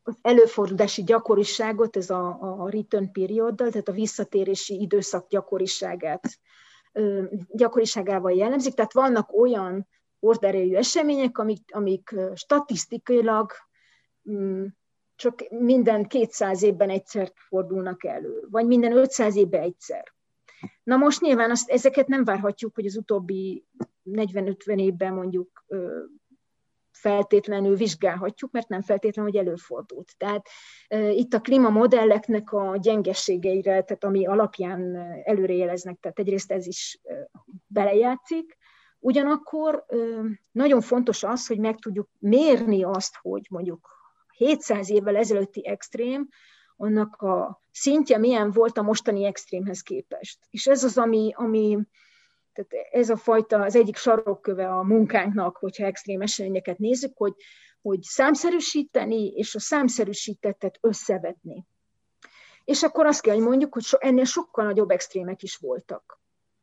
[SPEAKER 3] az előfordulási gyakoriságot, ez a, a return perioddal, tehát a visszatérési időszak gyakoriságát, gyakoriságával jellemzik. Tehát vannak olyan orderejű események, amik, amik statisztikailag csak minden kétszáz évben egyszer fordulnak elő, vagy minden ötszáz évben egyszer. Na most nyilván azt, ezeket nem várhatjuk, hogy az utóbbi negyven-ötven évben mondjuk feltétlenül vizsgálhatjuk, mert nem feltétlenül, hogy előfordult. Tehát e, itt a klímamodelleknek a gyengeségeire, tehát ami alapján előrejeleznek, tehát egyrészt ez is e, belejátszik. Ugyanakkor e, nagyon fontos az, hogy meg tudjuk mérni azt, hogy mondjuk hétszáz évvel ezelőtti extrém, annak a szintje milyen volt a mostani extrémhez képest. És ez az, ami... ami Tehát ez a fajta, az egyik sarokköve a munkánknak, hogyha extrém eseményeket nézzük, hogy, hogy számszerűsíteni, és a számszerűsítettet összevetni. És akkor azt kell, hogy mondjuk, hogy so, ennél sokkal nagyobb extrémek is voltak,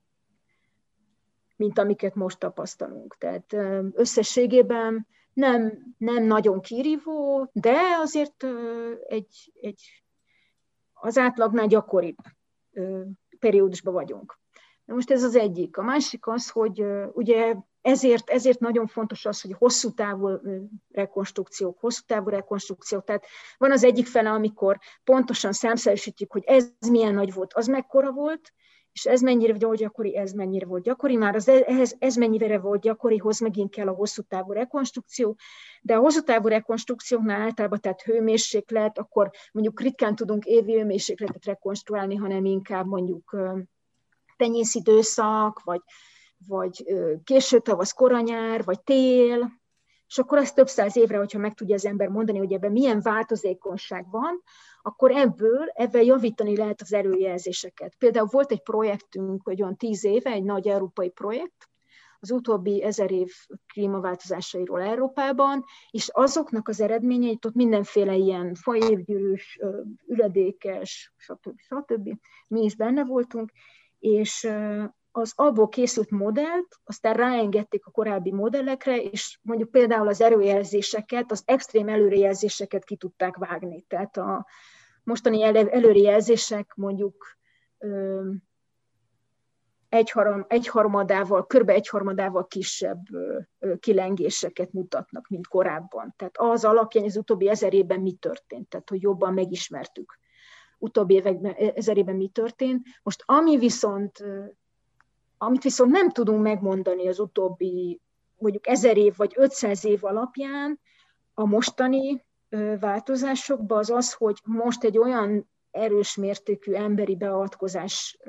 [SPEAKER 3] mint amiket most tapasztalunk. Tehát összességében nem, nem nagyon kirívó, de azért egy, egy, az átlagnál gyakoribb periódusban vagyunk. Na most ez az egyik. A másik az, hogy ugye ezért, ezért nagyon fontos az, hogy hosszú távú rekonstrukciók, hosszú távú rekonstrukciók. Tehát van az egyik fele, amikor pontosan számszerűsítjük, hogy ez milyen nagy volt, az mekkora volt, és ez mennyire volt gyakori, ez mennyire volt gyakori. Már az, ehhez, ez mennyire volt gyakorihoz megint kell a hosszú távú rekonstrukció, de a hosszú távú rekonstrukcióknál általában, tehát hőmérséklet, akkor mondjuk ritkán tudunk évi hőmérsékletet rekonstruálni, hanem inkább mondjuk tenyészidőszak, vagy, vagy késő tavasz, koranyár, vagy tél, és akkor ezt több száz évre, hogyha meg tudja az ember mondani, hogy ebben milyen változékonyság van, akkor ebből, ebben javítani lehet az előjelzéseket. Például volt egy projektünk, hogy olyan tíz éve, egy nagy európai projekt, az utóbbi ezer év klímaváltozásairól Európában, és azoknak az eredményeit ott mindenféle ilyen faévgyűrűs, üledékes, stb. stb. Mi is benne voltunk, és az abból készült modellt, aztán ráengedték a korábbi modellekre, és mondjuk például az előjelzéseket, az extrém előrejelzéseket ki tudták vágni. Tehát a mostani előrejelzések mondjuk egyharm, egyharmadával, kb. egyharmadával kisebb kilengéseket mutatnak, mint korábban. Tehát az alapján az utóbbi ezer évben mi történt, tehát hogy jobban megismertük utóbbi években, ezer évben mi történt. Most ami viszont, amit viszont nem tudunk megmondani az utóbbi mondjuk ezer év vagy ötszáz év alapján, a mostani változásokban az az, hogy most egy olyan erős mértékű emberi beavatkozás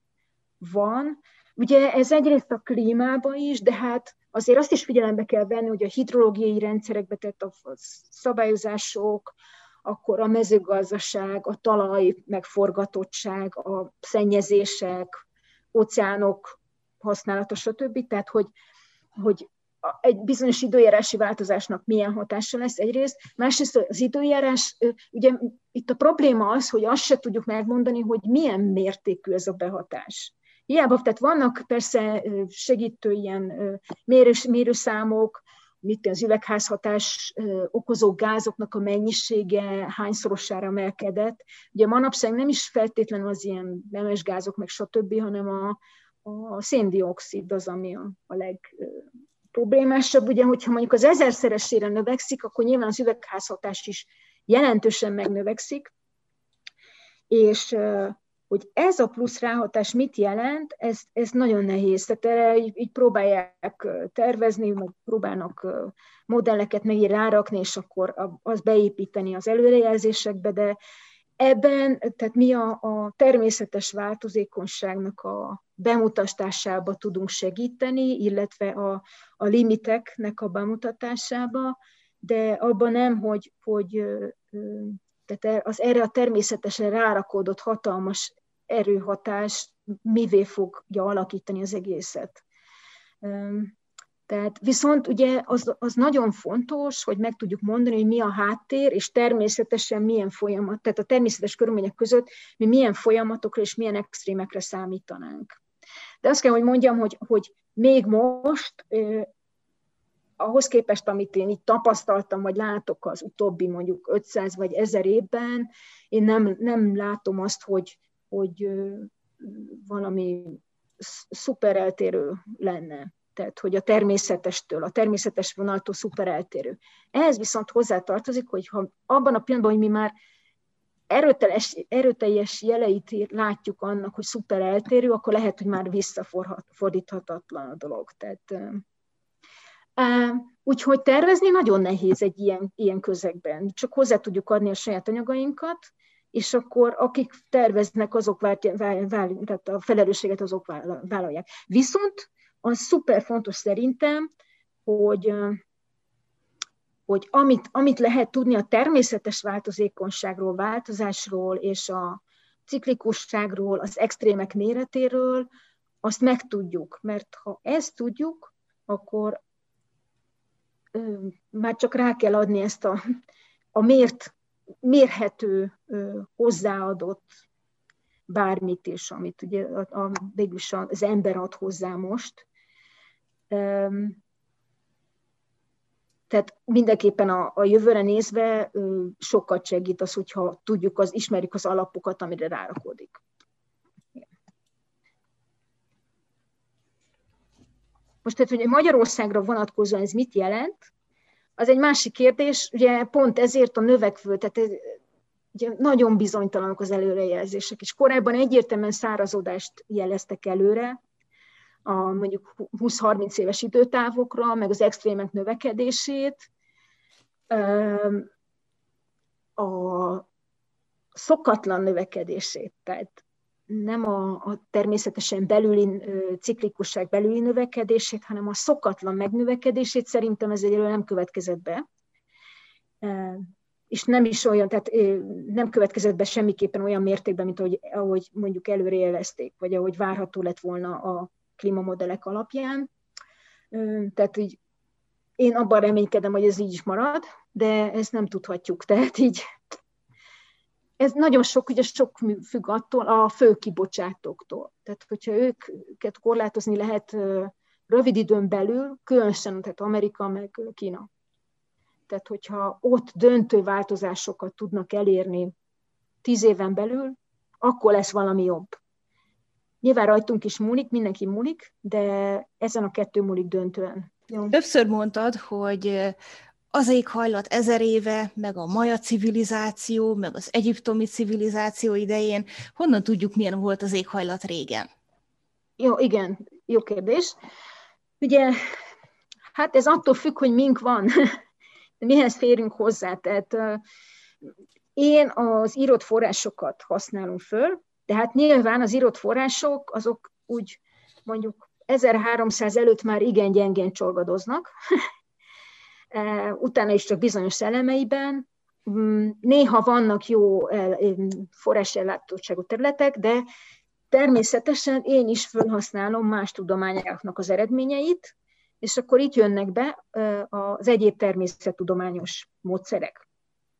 [SPEAKER 3] van. Ugye ez egyrészt a klímában is, de hát azért azt is figyelembe kell venni, hogy a hidrológiai rendszerekbe tett a szabályozások, akkor a mezőgazdaság, a talaj megforgatottság, a szennyezések, óceánok használata, stb. Tehát, hogy, hogy egy bizonyos időjárási változásnak milyen hatása lesz egyrészt. Másrészt az időjárás, ugye itt a probléma az, hogy azt se tudjuk megmondani, hogy milyen mértékű ez a behatás. Hiába, tehát vannak persze segítő ilyen mérős, mérőszámok, mit az üvegházhatás okozó gázoknak a mennyisége hányszorosára emelkedett. Ugye manapság nem is feltétlenül az ilyen nemesgázok, meg stb., hanem a, a széndioxid az, ami a, a legproblémásabb. Ugye, hogyha mondjuk az ezerszeresére növekszik, akkor nyilván az üvegházhatás is jelentősen megnövekszik, és hogy ez a plusz ráhatás mit jelent, ez, ez nagyon nehéz. Tehát erre így, így próbálják tervezni, meg próbálnak modelleket megint rárakni, és akkor azt beépíteni az előrejelzésekbe, de ebben, tehát mi a, a természetes változékonyságnak a bemutatásába tudunk segíteni, illetve a, a limiteknek a bemutatásába, de abban nem, hogy, hogy tehát az erre a természetesen rárakódott hatalmas erőhatás mivé fogja alakítani az egészet. Tehát viszont ugye az, az nagyon fontos, hogy meg tudjuk mondani, hogy mi a háttér, és természetesen milyen folyamat, tehát a természetes körülmények között mi milyen folyamatokra és milyen extrémekre számítanánk. De azt kell, hogy mondjam, hogy, hogy még most ahhoz képest, amit én így tapasztaltam, vagy látok az utóbbi mondjuk ötszáz vagy ezer évben, én nem, nem látom azt, hogy, hogy valami szuper eltérő lenne. Tehát, hogy a természetestől, a természetes vonaltól szuper eltérő. Ehhez viszont hozzátartozik, hogy ha abban a pillanatban, hogy mi már erőteljes, erőteljes jeleit látjuk annak, hogy szuper eltérő, akkor lehet, hogy már visszafordíthatatlan a dolog. Tehát, úgyhogy tervezni nagyon nehéz egy ilyen, ilyen közegben. Csak hozzá tudjuk adni a saját anyagainkat, és akkor akik terveznek, azok váltják, tehát a felelősséget azok vállalják. Viszont az szuper fontos szerintem, hogy, hogy amit, amit lehet tudni a természetes változékonyságról, változásról és a ciklikusságról, az extrémek méretéről, azt megtudjuk. Mert ha ezt tudjuk, akkor ö, már csak rá kell adni ezt a, a mért, mérhető, ö, hozzáadott bármit is, amit ugye a, a, végülis az ember ad hozzá most. Um, tehát mindenképpen a, a jövőre nézve ö, sokat segít az, hogyha tudjuk, az, ismerjük az alapokat, amire rárakodik. Most tehát, hogy Magyarországra vonatkozóan ez mit jelent, az egy másik kérdés, ugye pont ezért a növekvő, tehát ugye nagyon bizonytalanok az előrejelzések, és korábban egyértelműen szárazodást jeleztek előre, a mondjuk húsz-harminc éves időtávokra, meg az extrémek növekedését. A szokatlan növekedését, tehát nem a, a természetesen belüli ciklikusság belüli növekedését, hanem a szokatlan megnövekedését szerintem ez egyelőre nem következett be. És nem is olyan, tehát nem következett be semmiképpen olyan mértékben, mint ahogy, ahogy mondjuk előrejelezték, vagy ahogy várható lett volna a klímamodellek alapján. Tehát így én abban reménykedem, hogy ez így is marad, de ezt nem tudhatjuk. Tehát így ez nagyon sok, ugye sok függ attól a fő kibocsátóktól. Tehát hogyha őket korlátozni lehet rövid időn belül, különösen tehát Amerika meg Kína. Tehát hogyha ott döntő változásokat tudnak elérni tíz éven belül, akkor lesz valami jobb. Nyilván rajtunk is múlik, mindenki múlik, de ezen a kettő múlik döntően.
[SPEAKER 2] Jó. Többször mondtad, hogy az éghajlat ezer éve, meg a maja civilizáció, meg az egyiptomi civilizáció idején, honnan tudjuk, milyen volt az éghajlat régen?
[SPEAKER 3] Jó, igen, jó kérdés. Ugye, hát ez attól függ, hogy mink van, mihez férünk hozzá. Tehát én az írott forrásokat használom föl, tehát nyilván az írott források, azok úgy mondjuk ezerháromszáz előtt már igen gyengén csorgadoznak, utána is csak bizonyos elemeiben. Néha vannak jó forrásellátottságú területek, de természetesen én is felhasználom más tudományoknak az eredményeit, és akkor itt jönnek be az egyéb természettudományos módszerek.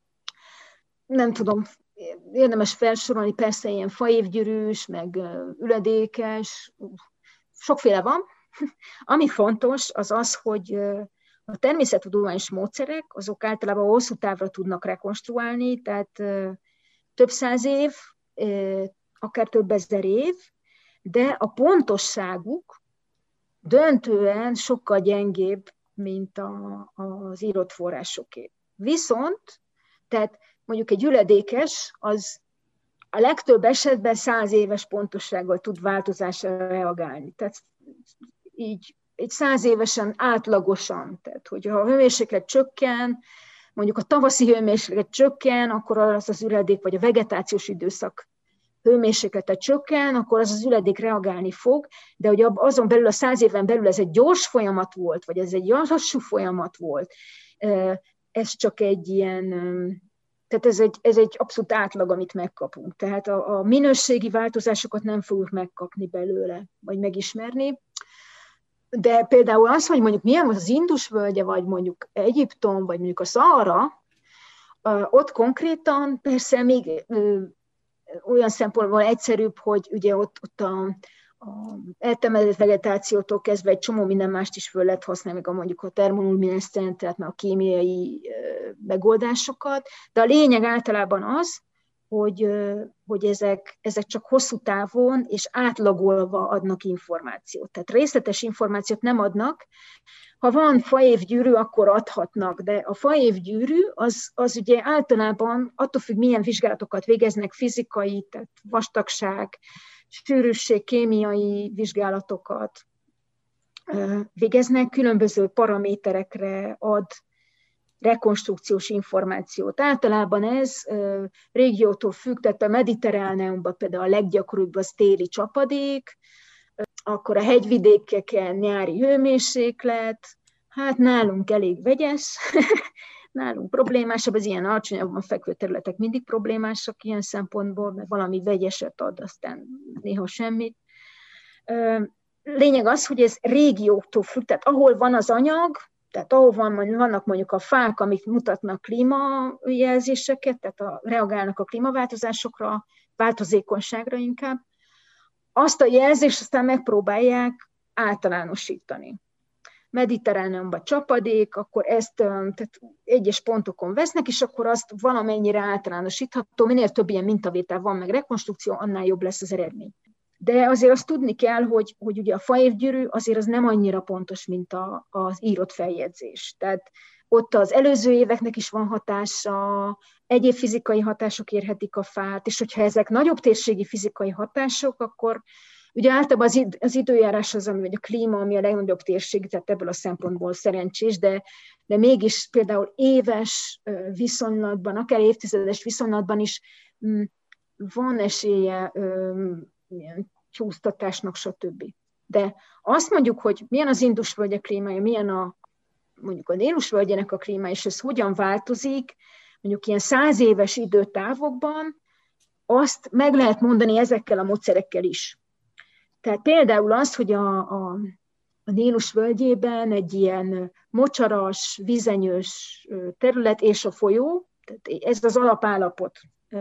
[SPEAKER 3] Nem tudom, érdemes felsorolni, persze ilyen faévgyűrűs, meg üledékes, sokféle van. Ami fontos, az az, hogy a természettudományos módszerek, azok általában hosszú távra tudnak rekonstruálni, tehát több száz év, akár több ezer év, de a pontosságuk döntően sokkal gyengébb, mint a, az írott forrásoké. Viszont, tehát mondjuk egy üledékes, az a legtöbb esetben száz éves pontossággal tud változásra reagálni. Tehát így egy száz évesen átlagosan, tehát hogyha a hőmérséklet csökken, mondjuk a tavaszi hőmérséklet csökken, akkor az az üledék, vagy a vegetációs időszak hőmérséklete csökken, akkor az az üledék reagálni fog, de hogy azon belül a száz éven belül ez egy gyors folyamat volt, vagy ez egy lassú folyamat volt, ez csak egy ilyen, tehát ez egy, ez egy abszolút átlag, amit megkapunk. Tehát a, a minőségi változásokat nem fogjuk megkapni belőle, vagy megismerni. De például az, hogy mondjuk milyen volt az Indus völgye, vagy mondjuk Egyiptom, vagy mondjuk a Szahara, ott konkrétan persze még olyan szempontból egyszerűbb, hogy ugye ott, ott a, a eltemetett vegetációtól kezdve egy csomó minden mást is föl lehet használni, még a mondjuk a termoluminescent, tehát a kémiai megoldásokat, de a lényeg általában az, hogy, hogy ezek, ezek csak hosszú távon és átlagolva adnak információt. Tehát részletes információt nem adnak. Ha van faévgyűrű, akkor adhatnak, de a faévgyűrű az, az ugye általában attól függ, milyen vizsgálatokat végeznek, fizikai, tehát vastagság, sűrűség, kémiai vizsgálatokat végeznek, különböző paraméterekre ad rekonstrukciós információt. Általában ez régiótól függ, tehát a Mediterráneumban például a leggyakoribb az téli csapadék, akkor a hegyvidékeken nyári hőmérséklet, hát nálunk elég vegyes, nálunk problémásabb, az ilyen alacsonyabban fekvő területek mindig problémásak ilyen szempontból, mert valami vegyeset ad, aztán néha semmit. Lényeg az, hogy ez régióktól függ, tehát ahol van az anyag, tehát ahol van, vannak mondjuk a fák, amik mutatnak klímajelzéseket, tehát a, reagálnak a klímaváltozásokra, változékonyságra inkább, azt a jelzést aztán megpróbálják általánosítani. Mediterráneumban csapadék, akkor ezt tehát egyes pontokon vesznek, és akkor azt valamennyire általánosítható, minél több ilyen mintavétel van, meg rekonstrukció, annál jobb lesz az eredmény. De azért azt tudni kell, hogy, hogy ugye a faévgyűrű azért az nem annyira pontos, mint a, az írott feljegyzés. Tehát ott az előző éveknek is van hatása, egyéb fizikai hatások érhetik a fát, és hogyha ezek nagyobb térségi fizikai hatások, akkor ugye általában az, id- az időjárás az, ami, vagy a klíma, ami a legnagyobb térség, tehát ebből a szempontból szerencsés, de, de mégis például éves viszonylatban, akár évtizedes viszonylatban is m, van esélye m, ilyen csúsztatásnak, stb. De azt mondjuk, hogy milyen az Indus-völgye klímája, milyen a, mondjuk a Nílus-völgyének a klímája, és ez hogyan változik, mondjuk ilyen száz éves időtávokban, azt meg lehet mondani ezekkel a módszerekkel is. Tehát például az, hogy a, a, a Nílus-völgyében egy ilyen mocsaras, vizenyős terület és a folyó, tehát ez az alapállapot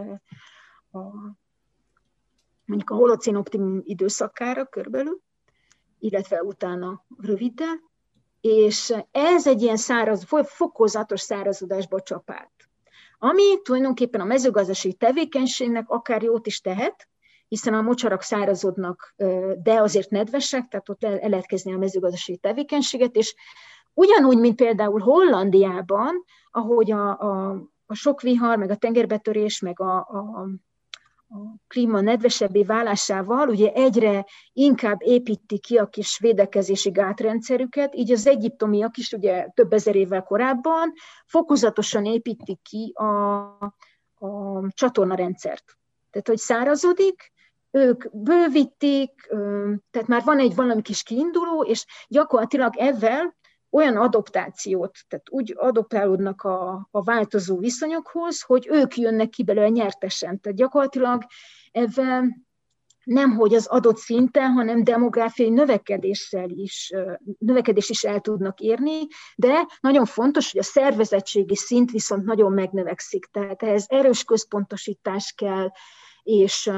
[SPEAKER 3] a, mondjuk a holocén optimum időszakára körülbelül, illetve utána röviddel, és ez egy ilyen száraz, fokozatos szárazodásba csap át. Ami tulajdonképpen a mezőgazdasági tevékenységnek akár jót is tehet, hiszen a mocsarak szárazodnak, de azért nedvesek, tehát ott el lehet kezdeni a mezőgazdasági tevékenységet, és ugyanúgy, mint például Hollandiában, ahogy a, a, a sok vihar, meg a tengerbetörés, meg a, a a klíma nedvesebbé válásával ugye egyre inkább építik ki a kis védekezési gátrendszerüket, így az egyiptomiak is ugye több ezer évvel korábban fokozatosan építik ki a, a csatornarendszert. Tehát, hogy szárazodik, ők bővítik, tehát már van egy valami kis kiinduló, és gyakorlatilag ezzel olyan adoptációt, tehát úgy adoptálódnak a, a változó viszonyokhoz, hogy ők jönnek ki belőle nyertesen. Tehát gyakorlatilag ezzel nemhogy az adott szinten, hanem demográfiai növekedéssel is, növekedés is el tudnak érni, de nagyon fontos, hogy a szervezettségi szint viszont nagyon megnövekszik. Tehát ehhez erős központosítás kell, és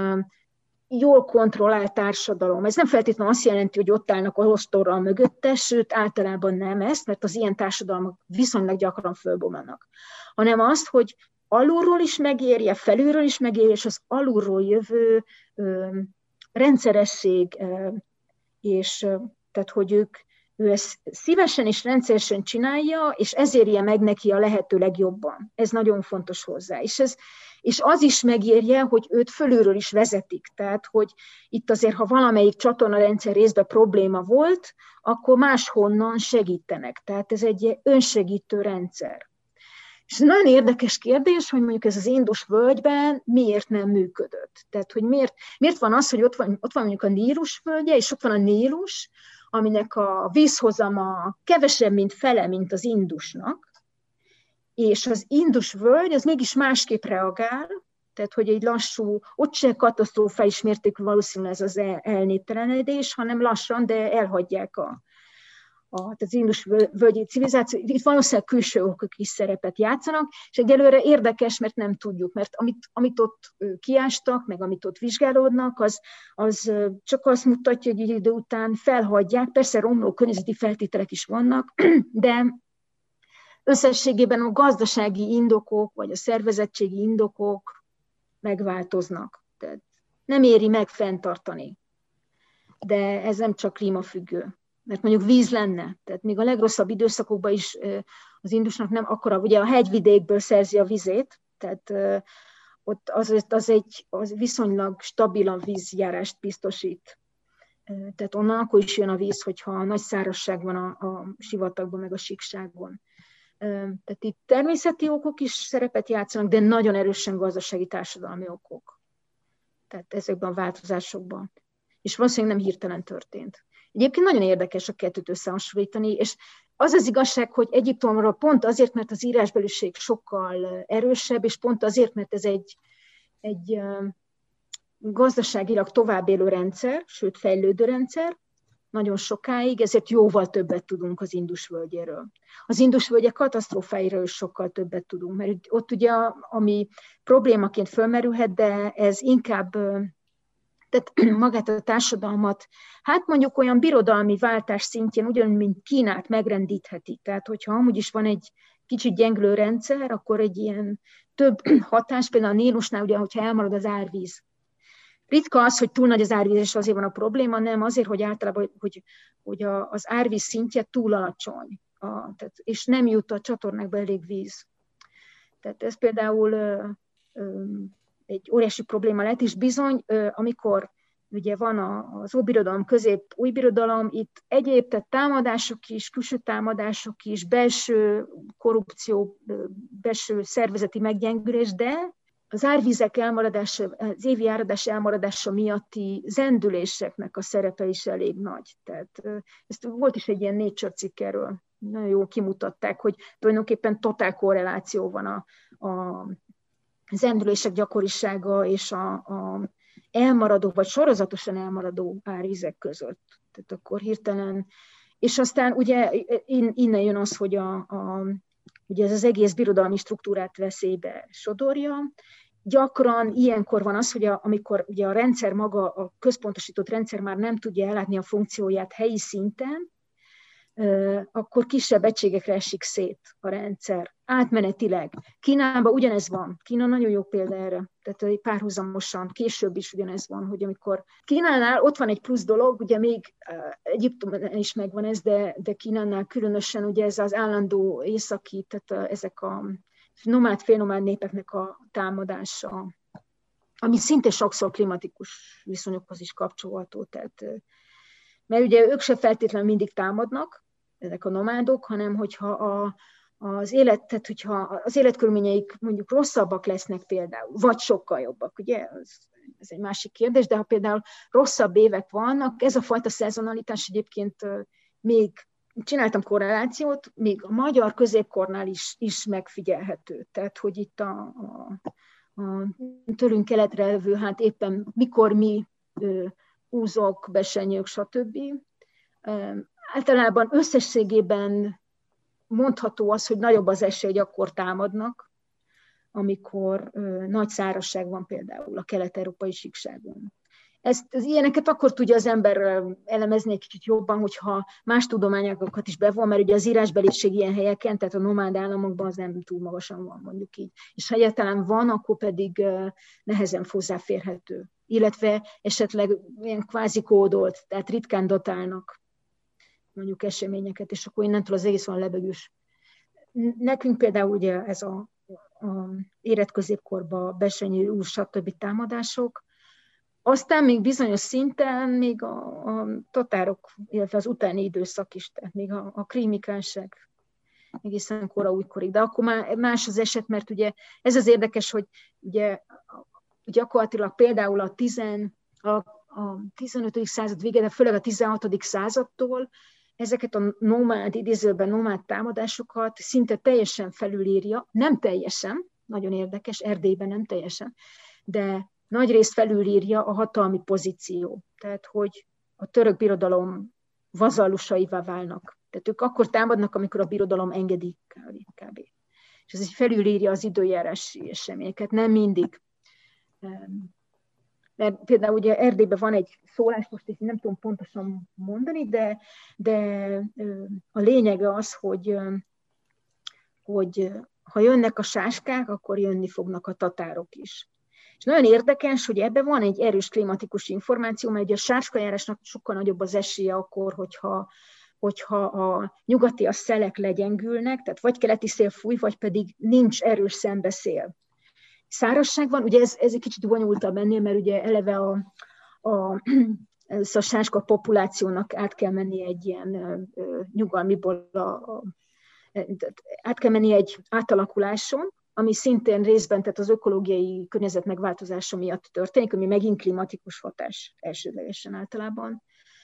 [SPEAKER 3] jól kontrollált társadalom. Ez nem feltétlenül azt jelenti, hogy ott állnak a ostorral mögötte, sőt, általában nem ezt, mert az ilyen társadalmak viszonylag gyakran fölbomlanak, hanem azt, hogy alulról is megérje, felülről is megérje, és az alulról jövő ö, rendszeresség, ö, és ö, tehát, hogy ők, ő ezt szívesen és rendszeresen csinálja, és ez érje meg neki a lehető legjobban. Ez nagyon fontos hozzá. És, ez, és az is megérje, hogy őt fölülről is vezetik. Tehát, hogy itt azért, ha valamelyik csatornarendszer részben probléma volt, akkor máshonnan segítenek. Tehát ez egy önsegítő rendszer. És nagyon érdekes kérdés, hogy mondjuk ez az Indus-völgyben miért nem működött. Tehát, hogy miért, miért van az, hogy ott van, ott van mondjuk a Nílus-völgye, és ott van a Nílus, aminek a vízhozama kevesebb, mint fele, mint az Indusnak, és az Indus-völgy az mégis másképp reagál, tehát hogy egy lassú, ott se katasztrófális mértékű valószínűleg ez az elnéptelenedés, hanem lassan, de elhagyják a, a, az indus-völgyi civilizáció, itt valószínűleg külső okok is szerepet játszanak, és egyelőre érdekes, mert nem tudjuk, mert amit, amit ott kiástak, meg amit ott vizsgálódnak, az, az csak azt mutatja, hogy egy idő után felhagyják, persze romló környezeti feltételek is vannak, de összességében a gazdasági indokok, vagy a szervezettségi indokok megváltoznak. Tehát nem éri meg fenntartani. De ez nem csak klímafüggő. Mert mondjuk víz lenne. Tehát még a legrosszabb időszakokban is az Indusnak nem akkora, ugye a hegyvidékből szerzi a vizét, tehát ott az, az egy az viszonylag stabilan vízjárást biztosít. Tehát onnan akkor is jön a víz, hogyha nagy szárazság van a, a sivatagban, meg a síkságon. Tehát itt természeti okok is szerepet játszanak, de nagyon erősen gazdasági társadalmi okok. Tehát ezekben a változásokban. És valószínűleg nem hirtelen történt. Egyébként nagyon érdekes a kettőt összehasonlítani, és az az igazság, hogy Egyiptomról pont azért, mert az írásbeliség sokkal erősebb, és pont azért, mert ez egy, egy gazdaságilag továbbélő rendszer, sőt fejlődő rendszer, nagyon sokáig, ezért jóval többet tudunk az Indus-völgyéről. Az Indus-völgye katasztrófáiról is sokkal többet tudunk, mert ott ugye, ami problémaként fölmerülhet, de ez inkább, tehát magát a társadalmat, hát mondjuk olyan birodalmi váltás szintjén, ugyanúgy, mint Kínát megrendítheti. Tehát, hogyha amúgy is van egy kicsit gyengülő rendszer, akkor egy ilyen több hatás, például a Nílusnál, ugye, hogyha elmarad az árvíz. Ritka az, hogy túl nagy az árvíz, és azért van a probléma, nem azért, hogy általában hogy, hogy a, az árvíz szintje túl alacsony, a, tehát, és nem jut a csatornákba elég víz. Tehát ez például ö, ö, egy óriási probléma lehet, és bizony, ö, amikor ugye van a, az óbirodalom, közép-új birodalom, itt egyéb, tehát támadások is, külső támadások is, belső korrupció, belső szervezeti meggyengülés, de az árvizek elmaradása, az évi áradás elmaradása miatti zendüléseknek a szerepe is elég nagy. Tehát ezt volt is egy ilyen Nature cikk erről. Nagyon jól kimutatták, hogy tulajdonképpen totál korreláció van a, a zendülések gyakorisága és a, a elmaradó, vagy sorozatosan elmaradó árvizek között. Tehát akkor hirtelen, és aztán ugye innen jön az, hogy a, a ugye ez az egész birodalmi struktúrát veszélybe sodorja. Gyakran ilyenkor van az, hogy a, amikor ugye a rendszer maga, a központosított rendszer már nem tudja ellátni a funkcióját helyi szinten, akkor kisebb egységekre esik szét a rendszer. Átmenetileg. Kínában ugyanez van. Kína nagyon jó példa erre. Tehát párhuzamosan, később is ugyanez van, hogy amikor Kínánál ott van egy plusz dolog, ugye még Egyiptomban is megvan ez, de, de Kínánál különösen ugye ez az állandó északi, tehát ezek a nomád, félnomád népeknek a támadása, ami szintén sokszor klimatikus viszonyokhoz is kapcsolható. Tehát, mert ugye ők se feltétlenül mindig támadnak, ezek a nomádok, hanem hogyha a, az élet, tehát hogyha az életkörülményeik mondjuk rosszabbak lesznek például, vagy sokkal jobbak, ugye, ez, ez egy másik kérdés, de ha például rosszabb évek vannak, ez a fajta szezonalitás egyébként még csináltam korrelációt, még a magyar középkornál is, is megfigyelhető. Tehát, hogy itt a, a, a tőlünk keletre levő, hát éppen mikor mi úzok, besenyők, stb. Általában összességében mondható az, hogy nagyobb az esély, hogy akkor támadnak, amikor ö, nagy szárazság van például a kelet-európai síkságon. Ezt, az ilyeneket akkor tudja az ember elemezni egy kicsit jobban, hogyha más tudományokat is bevon, mert ugye az írásbeliség ilyen helyeken, tehát a nomád államokban az nem túl magasan van, mondjuk így. És ha egyáltalán van, akkor pedig ö, nehezen hozzáférhető. Illetve esetleg ilyen kvázi kódolt, tehát ritkán datálnak mondjuk eseményeket, és akkor innentől az egész van lebegős. Nekünk például ugye ez a, a érett középkorban besenyő úr, stb. Támadások, aztán még bizonyos szinten még a, a tatárok, illetve az utáni időszak is, tehát még a, a krímikánság egészen kora újkorig. De akkor már más az eset, mert ugye ez az érdekes, hogy ugye gyakorlatilag például a, tizen, a, a tizenötödik század vége, de főleg a tizenhatodik századtól ezeket a nomád, idézőben nomád támadásokat szinte teljesen felülírja, nem teljesen, nagyon érdekes, Erdélyben nem teljesen, de nagyrészt felülírja a hatalmi pozíció. Tehát, hogy a török birodalom vazallusaivá válnak Tehát ők akkor támadnak, amikor a birodalom engedi kb. És ez így felülírja az időjárási eseményeket, nem mindig. Mert például ugye Erdélyben van egy szólás, most ezt nem tudom pontosan mondani, de, de a lényege az, hogy, hogy ha jönnek a sáskák, akkor jönni fognak a tatárok is. És nagyon érdekes, hogy ebben van egy erős klimatikus információ, mert ugye a sáskajárásnak sokkal nagyobb az esélye akkor, hogyha, hogyha a nyugati a szelek legyengülnek, tehát vagy keleti szél fúj, vagy pedig nincs erős szembeszél. Szárazság van, ugye ez, ez egy kicsit bonyolultabb ennél, mert ugye eleve a, a, a sáska populációnak át kell menni egy ilyen uh, nyugalmiból, a, a, át kell menni egy átalakuláson, ami szintén részben, tehát az ökológiai környezet megváltozása miatt történik, ami megint klimatikus hatás elsődlegesen általában.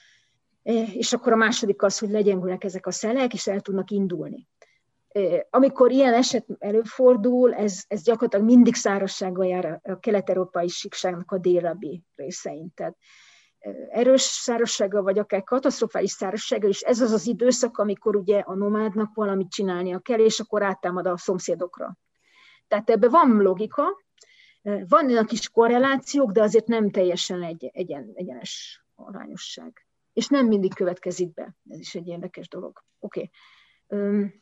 [SPEAKER 3] És akkor a második az, hogy legyengülnek ezek a szelek, és el tudnak indulni. Amikor ilyen eset előfordul, ez, ez gyakorlatilag mindig szárazsággal jár a kelet-európai síkságnak a délebbi részein. Tehát erős szárazsággal, vagy akár katasztrofális szárazsággal, és ez az az időszak, amikor ugye a nomádnak valamit csinálnia kell, és akkor áttámad a szomszédokra. Tehát ebben van logika, vannak is korrelációk, de azért nem teljesen egy egyen, egyenes arányosság. És nem mindig következik be. Ez is egy érdekes dolog. Oké. Okay. Um,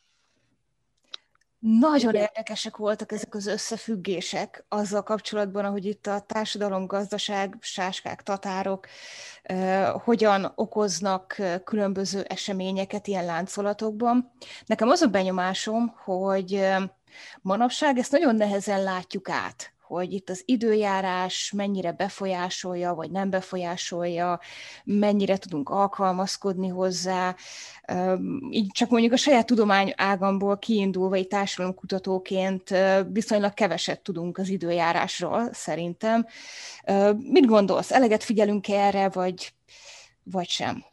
[SPEAKER 2] Nagyon érdekesek voltak ezek az összefüggések azzal kapcsolatban, ahogy itt a társadalom, gazdaság, sáskák, tatárok uh, hogyan okoznak különböző eseményeket ilyen láncolatokban. Nekem az a benyomásom, hogy uh, manapság ezt nagyon nehezen látjuk át, hogy itt az időjárás mennyire befolyásolja, vagy nem befolyásolja, mennyire tudunk alkalmazkodni hozzá. Így csak mondjuk a saját tudomány ágamból kiindulva, egy társadalomkutatóként viszonylag keveset tudunk az időjárásról, szerintem. Mit gondolsz? Eleget figyelünk erre, vagy, vagy sem?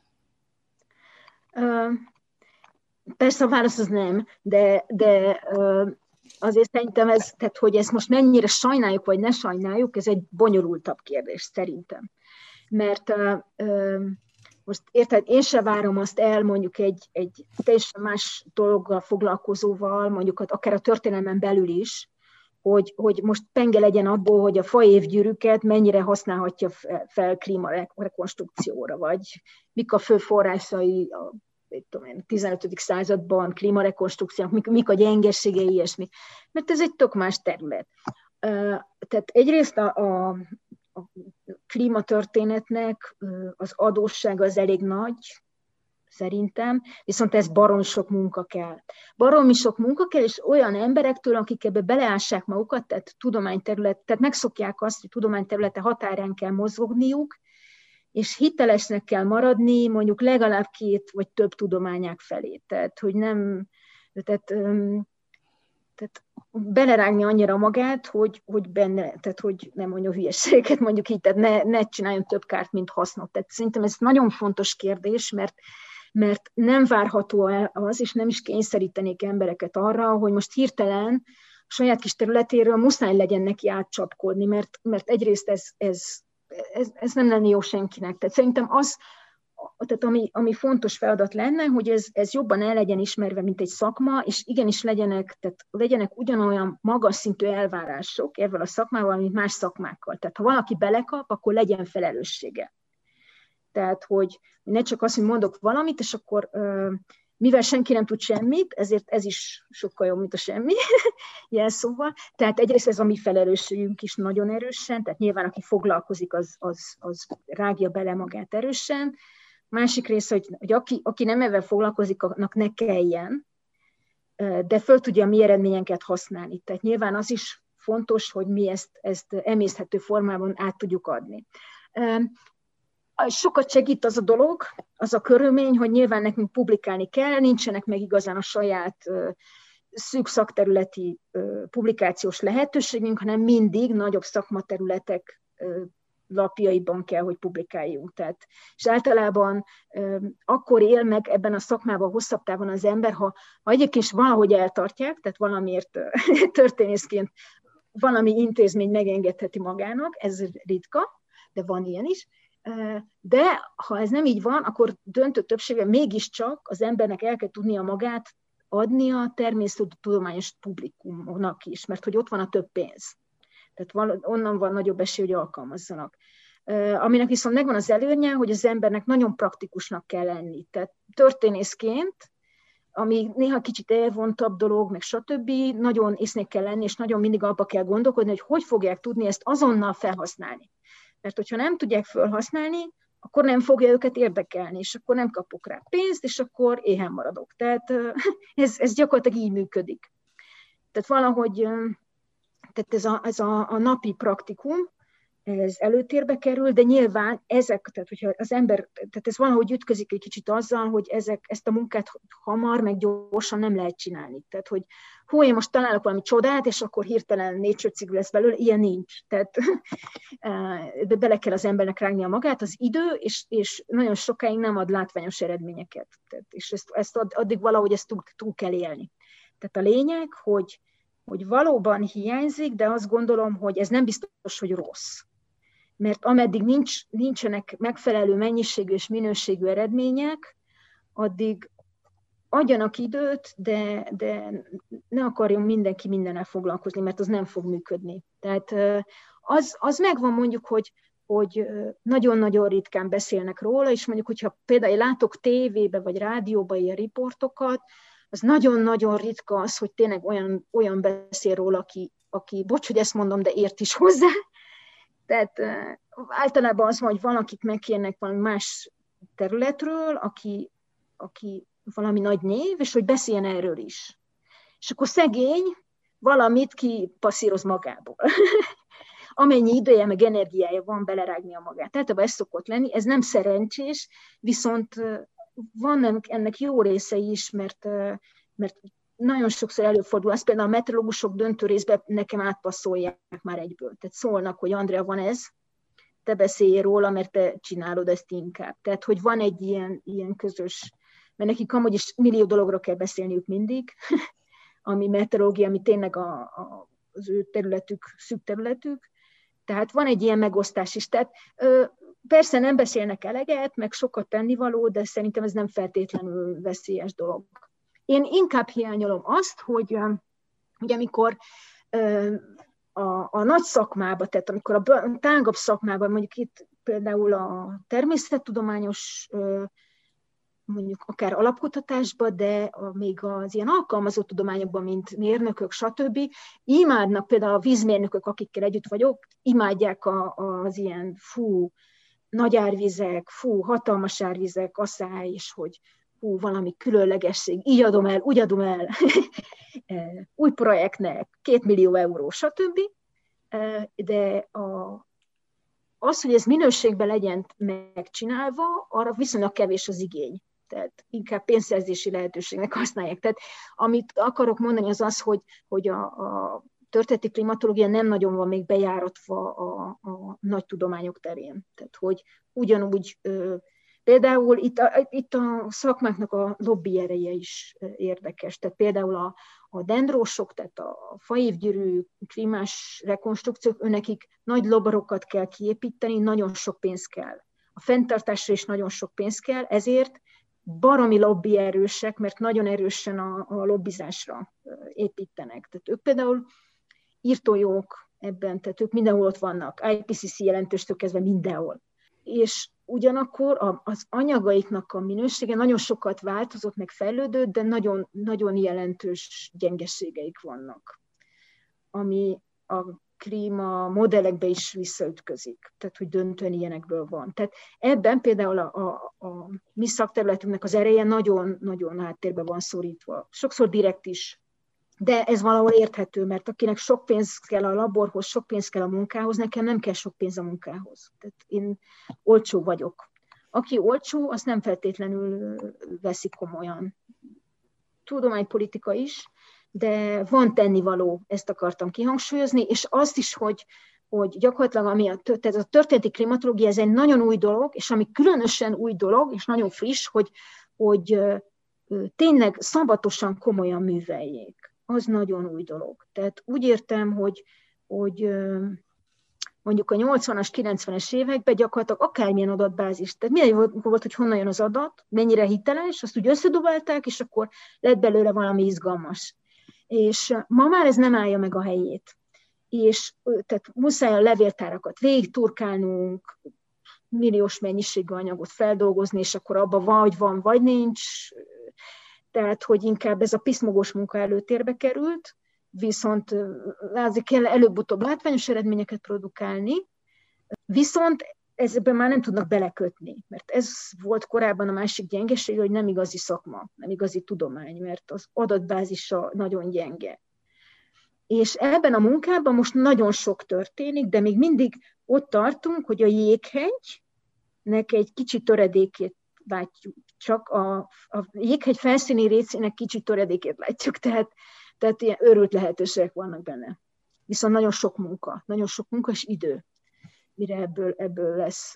[SPEAKER 3] Persze a válasz az nem, de... de azért szerintem ez, tehát hogy ezt most mennyire sajnáljuk, vagy ne sajnáljuk, ez egy bonyolultabb kérdés szerintem. Mert uh, uh, most érted, én se várom azt el mondjuk egy, egy teljesen más dologgal foglalkozóval, mondjuk akár a történelmen belül is, hogy, hogy most penge legyen abból, hogy a faévgyűrűket mennyire használhatja fel klímarekonstrukcióra, vagy mik a fő forrásai a tizenötödik században klímarekonstrukciónak, mik, mik a gyengeségei, ilyesmi. Mert ez egy tök más terület. Tehát egyrészt a, a, a klímatörténetnek az adóssága az elég nagy, szerintem, viszont ez baromi sok munka kell. Baromi sok munka kell, és olyan emberektől, akik ebbe beleássák magukat, tehát tudományterület, tehát megszokják azt, hogy tudományterülete határán kell mozogniuk, és hitelesnek kell maradni mondjuk legalább két vagy több tudományák felé. Tehát, hogy nem, tehát, tehát belerágni annyira magát, hogy, hogy benne, tehát, hogy nem mondja hülyeségeket, mondjuk így, tehát ne, ne csináljon több kárt, mint hasznot. Tehát szerintem ez nagyon fontos kérdés, mert, mert nem várható el az, és nem is kényszerítenék embereket arra, hogy most hirtelen a saját kis területéről muszáj legyen neki átcsapkodni, mert, mert egyrészt ez, ez Ez, ez nem lenne jó senkinek. Tehát szerintem az, tehát ami, ami fontos feladat lenne, hogy ez, ez jobban el legyen ismerve, mint egy szakma, és igenis legyenek, tehát legyenek ugyanolyan magas szintű elvárások ezzel a szakmával, mint más szakmákkal. Tehát ha valaki belekap, akkor legyen felelőssége. Tehát, hogy ne csak azt, hogy mondok valamit, és akkor mivel senki nem tud semmit, ezért ez is sokkal jobb, mint a semmi, jelszóval. Tehát egyrészt ez a mi felelősségünk is nagyon erősen, tehát nyilván aki foglalkozik, az, az, az rágja bele magát erősen. Másik része, hogy, hogy aki, aki nem ebben foglalkozik, annak ne kelljen, de föl tudja a mi eredményenket használni. Tehát nyilván az is fontos, hogy mi ezt, ezt emészthető formában át tudjuk adni. Sokat segít az a dolog, az a körülmény, hogy nyilván nekünk publikálni kell, nincsenek meg igazán a saját uh, szűk szakterületi uh, publikációs lehetőségünk, hanem mindig nagyobb szakmaterületek uh, lapjaiban kell, hogy publikáljunk. Tehát, és általában uh, akkor él meg ebben a szakmában hosszabb távon az ember, ha, ha egyébként is valahogy eltartják, tehát valamiért uh, történészként valami intézmény megengedheti magának, ez ritka, de van ilyen is, De ha ez nem így van, akkor döntő többsége mégiscsak az embernek el kell tudnia magát adni a természettudományos publikumnak is, mert hogy ott van a több pénz. Tehát onnan van nagyobb esély, hogy alkalmazzanak. Aminek viszont megvan az előnye, hogy az embernek nagyon praktikusnak kell lenni. Tehát történészként, ami néha kicsit elvontabb dolog, meg stb., nagyon észnél kell lenni, és nagyon mindig abba kell gondolkodni, hogy hogy fogják tudni ezt azonnal felhasználni. Mert hogyha nem tudják felhasználni, akkor nem fogja őket érdekelni, és akkor nem kapok rá pénzt, és akkor éhen maradok. Tehát ez, ez gyakorlatilag így működik. Tehát valahogy tehát ez, a, ez a, a napi praktikum, ez előtérbe kerül, de nyilván ezek, tehát hogyha az ember, tehát ez valahogy ütközik egy kicsit azzal, hogy ezek, ezt a munkát hamar, meg gyorsan nem lehet csinálni. Tehát, hogy hú, én most találok valami csodát, és akkor hirtelen Nature cikk lesz belőle, ilyen nincs. Tehát de bele kell az embernek rágnia magát, az idő, és, és nagyon sokáig nem ad látványos eredményeket. Tehát, és ezt, ezt addig valahogy ezt túl, túl kell élni. Tehát a lényeg, hogy, hogy valóban hiányzik, de azt gondolom, hogy ez nem biztos, hogy rossz. Mert ameddig nincs, nincsenek megfelelő mennyiségű és minőségű eredmények, addig adjanak időt, de, de ne akarjon mindenki mindennel foglalkozni, mert az nem fog működni. Tehát az, az megvan mondjuk, hogy, hogy nagyon-nagyon ritkán beszélnek róla, és mondjuk, hogyha például látok tévébe vagy rádióba ilyen riportokat, az nagyon-nagyon ritka az, hogy tényleg olyan, olyan beszél róla, aki, aki, bocs, hogy ezt mondom, de ért is hozzá. Tehát uh, általában az van, hogy valakit megkérnek valami más területről, aki, aki valami nagy név, és hogy beszéljen erről is. És akkor szegény valamit kipasszíroz magából. Amennyi ideje, meg energiája van belerágnia magát. Tehát ez szokott lenni, ez nem szerencsés, viszont van ennek jó része is, mert, mert nagyon sokszor előfordul, azt például a meteorológusok döntő részben nekem átpasszolják már egyből. Tehát szólnak, hogy Andrea, van ez, te beszélj róla, mert te csinálod ezt inkább. Tehát, hogy van egy ilyen, ilyen közös, mert nekik amúgy is millió dologról kell beszélniük mindig, ami meteorológia, ami tényleg a, a, az ő területük, szűk területük. Tehát van egy ilyen megosztás is. Tehát ö, persze nem beszélnek eleget, meg sokat tennivaló, de szerintem ez nem feltétlenül veszélyes dolog. Én inkább hiányolom azt, hogy, hogy amikor a, a nagy szakmában, tehát amikor a tágabb szakmában, mondjuk itt például a természettudományos, mondjuk akár alapkutatásban, de a, még az ilyen alkalmazott tudományokban, mint mérnökök, stb. Imádnak például a vízmérnökök, akikkel együtt vagyok, imádják a, az ilyen fú, nagy árvizek, fú, hatalmas árvizek, asszály, és hogy hú, valami különlegesség, így adom el, úgy adom el, új projektnek, két millió euró, stb. De a, az, hogy ez minőségben legyen megcsinálva, arra viszonylag kevés az igény. Tehát inkább pénzszerzési lehetőségnek használják. Tehát amit akarok mondani, az az, hogy, hogy a, a történeti klimatológia nem nagyon van még bejáratva a, a nagy tudományok terén. Tehát, hogy ugyanúgy például itt a, itt a szakmáknak a lobby ereje is érdekes. Tehát például a, a dendrósok, tehát a faévgyűrű klímás rekonstrukciók, őnekik nagy laborakat kell kiépíteni, nagyon sok pénz kell. A fenntartásra is nagyon sok pénz kell, ezért baromi lobby erősek, mert nagyon erősen a, a lobbizásra építenek. Tehát ők például írtójók ebben, tehát ők mindenhol ott vannak, I P C C jelentőstől kezdve mindenhol. És ugyanakkor az anyagaiknak a minősége nagyon sokat változott, meg fejlődött, de nagyon, nagyon jelentős gyengeségeik vannak, ami a klíma modellekbe is visszaütközik, tehát hogy döntően ilyenekből van. Tehát ebben például a, a, a mi szakterületünknek az ereje nagyon-nagyon háttérbe van szorítva. Sokszor direkt is, de ez valahol érthető, mert akinek sok pénz kell a laborhoz, sok pénz kell a munkához, nekem nem kell sok pénz a munkához. Tehát én olcsó vagyok. Aki olcsó, azt nem feltétlenül veszi komolyan. Tudománypolitika is, de van tennivaló, ezt akartam kihangsúlyozni, és azt is, hogy, hogy gyakorlatilag ami a, tehát a történeti klimatológia, ez egy nagyon új dolog, és ami különösen új dolog, és nagyon friss, hogy, hogy tényleg szabatosan komolyan műveljék. Az nagyon új dolog. Tehát úgy értem, hogy, hogy mondjuk a nyolcvanas, kilencvenes években gyakorlatilag akármilyen adatbázis. Tehát milyen volt, volt, hogy honnan jön az adat, mennyire hiteles, azt úgy összedobálták, és akkor lett belőle valami izgalmas. És ma már ez nem állja meg a helyét. És tehát muszáj a levéltárakat végig turkálnunk, milliós mennyiségű anyagot feldolgozni, és akkor abban vagy van, vagy nincs. Tehát, hogy inkább ez a piszmogós munka előtérbe került, viszont azért kell előbb-utóbb látványos eredményeket produkálni, viszont ezben már nem tudnak belekötni, mert ez volt korábban a másik gyengeség, hogy nem igazi szakma, nem igazi tudomány, mert az adatbázisa nagyon gyenge. És ebben a munkában most nagyon sok történik, de még mindig ott tartunk, hogy a jéghegynek egy kicsi töredékét látjuk, csak a, a jéghegy felszíni részének kicsi töredékét látjuk, tehát, tehát ilyen őrült lehetőségek vannak benne. Viszont nagyon sok munka, nagyon sok munka és idő, mire ebből, ebből lesz.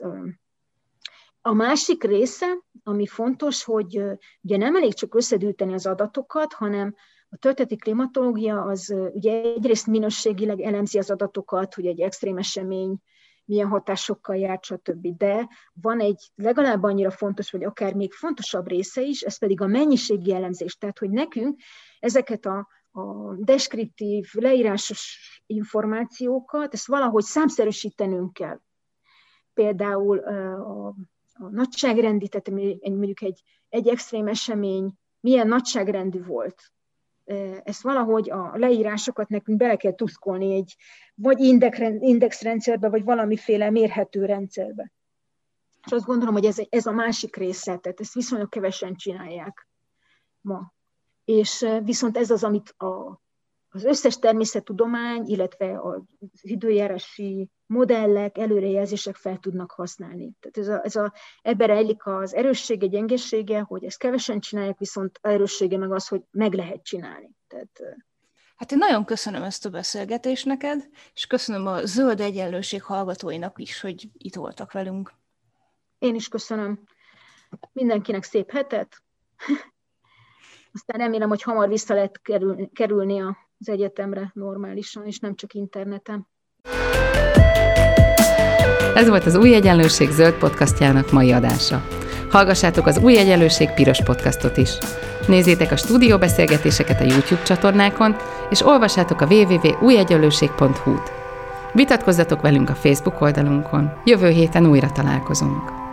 [SPEAKER 3] A másik része, ami fontos, hogy ugye nem elég csak összegyűjteni az adatokat, hanem a történeti klimatológia az ugye egyrészt minőségileg elemzi az adatokat, hogy egy extrém esemény milyen hatásokkal jár, stb. De van egy legalább annyira fontos, vagy akár még fontosabb része is, ez pedig a mennyiségi elemzés. Tehát, hogy nekünk ezeket a, a deskriptív, leírásos információkat, ezt valahogy számszerűsítenünk kell. Például a, a nagyságrendi, tehát mondjuk egy, egy extrém esemény milyen nagyságrendű volt. Ezt valahogy a leírásokat nekünk bele kell tuszkolni egy vagy indexrendszerbe, vagy valamiféle mérhető rendszerbe. És azt gondolom, hogy ez, ez a másik része, tehát ezt viszonylag kevesen csinálják ma. És viszont ez az, amit a, az összes természettudomány, illetve az időjárási modellek, előrejelzések fel tudnak használni. Tehát ez a, ez a, ebben rejlik az erőssége, gyengesége, hogy ezt kevesen csinálják, viszont az erőssége meg az, hogy meg lehet csinálni. Tehát,
[SPEAKER 2] hát én nagyon köszönöm ezt a beszélgetést neked, és köszönöm a Zöld Egyenlőség hallgatóinak is, hogy itt voltak velünk.
[SPEAKER 3] Én is köszönöm. Mindenkinek szép hetet. Aztán remélem, hogy hamar vissza lehet kerülni, kerülni az egyetemre normálisan, és nem csak interneten.
[SPEAKER 1] Ez volt az Új Egyenlőség zöld podcastjának mai adása. Hallgassátok az Új Egyenlőség piros podcastot is. Nézzétek a stúdióbeszélgetéseket a YouTube csatornákon, és olvassátok a double-u double-u double-u pont új egyenlőség pont hu-t. Vitatkozzatok velünk a Facebook oldalunkon. Jövő héten újra találkozunk.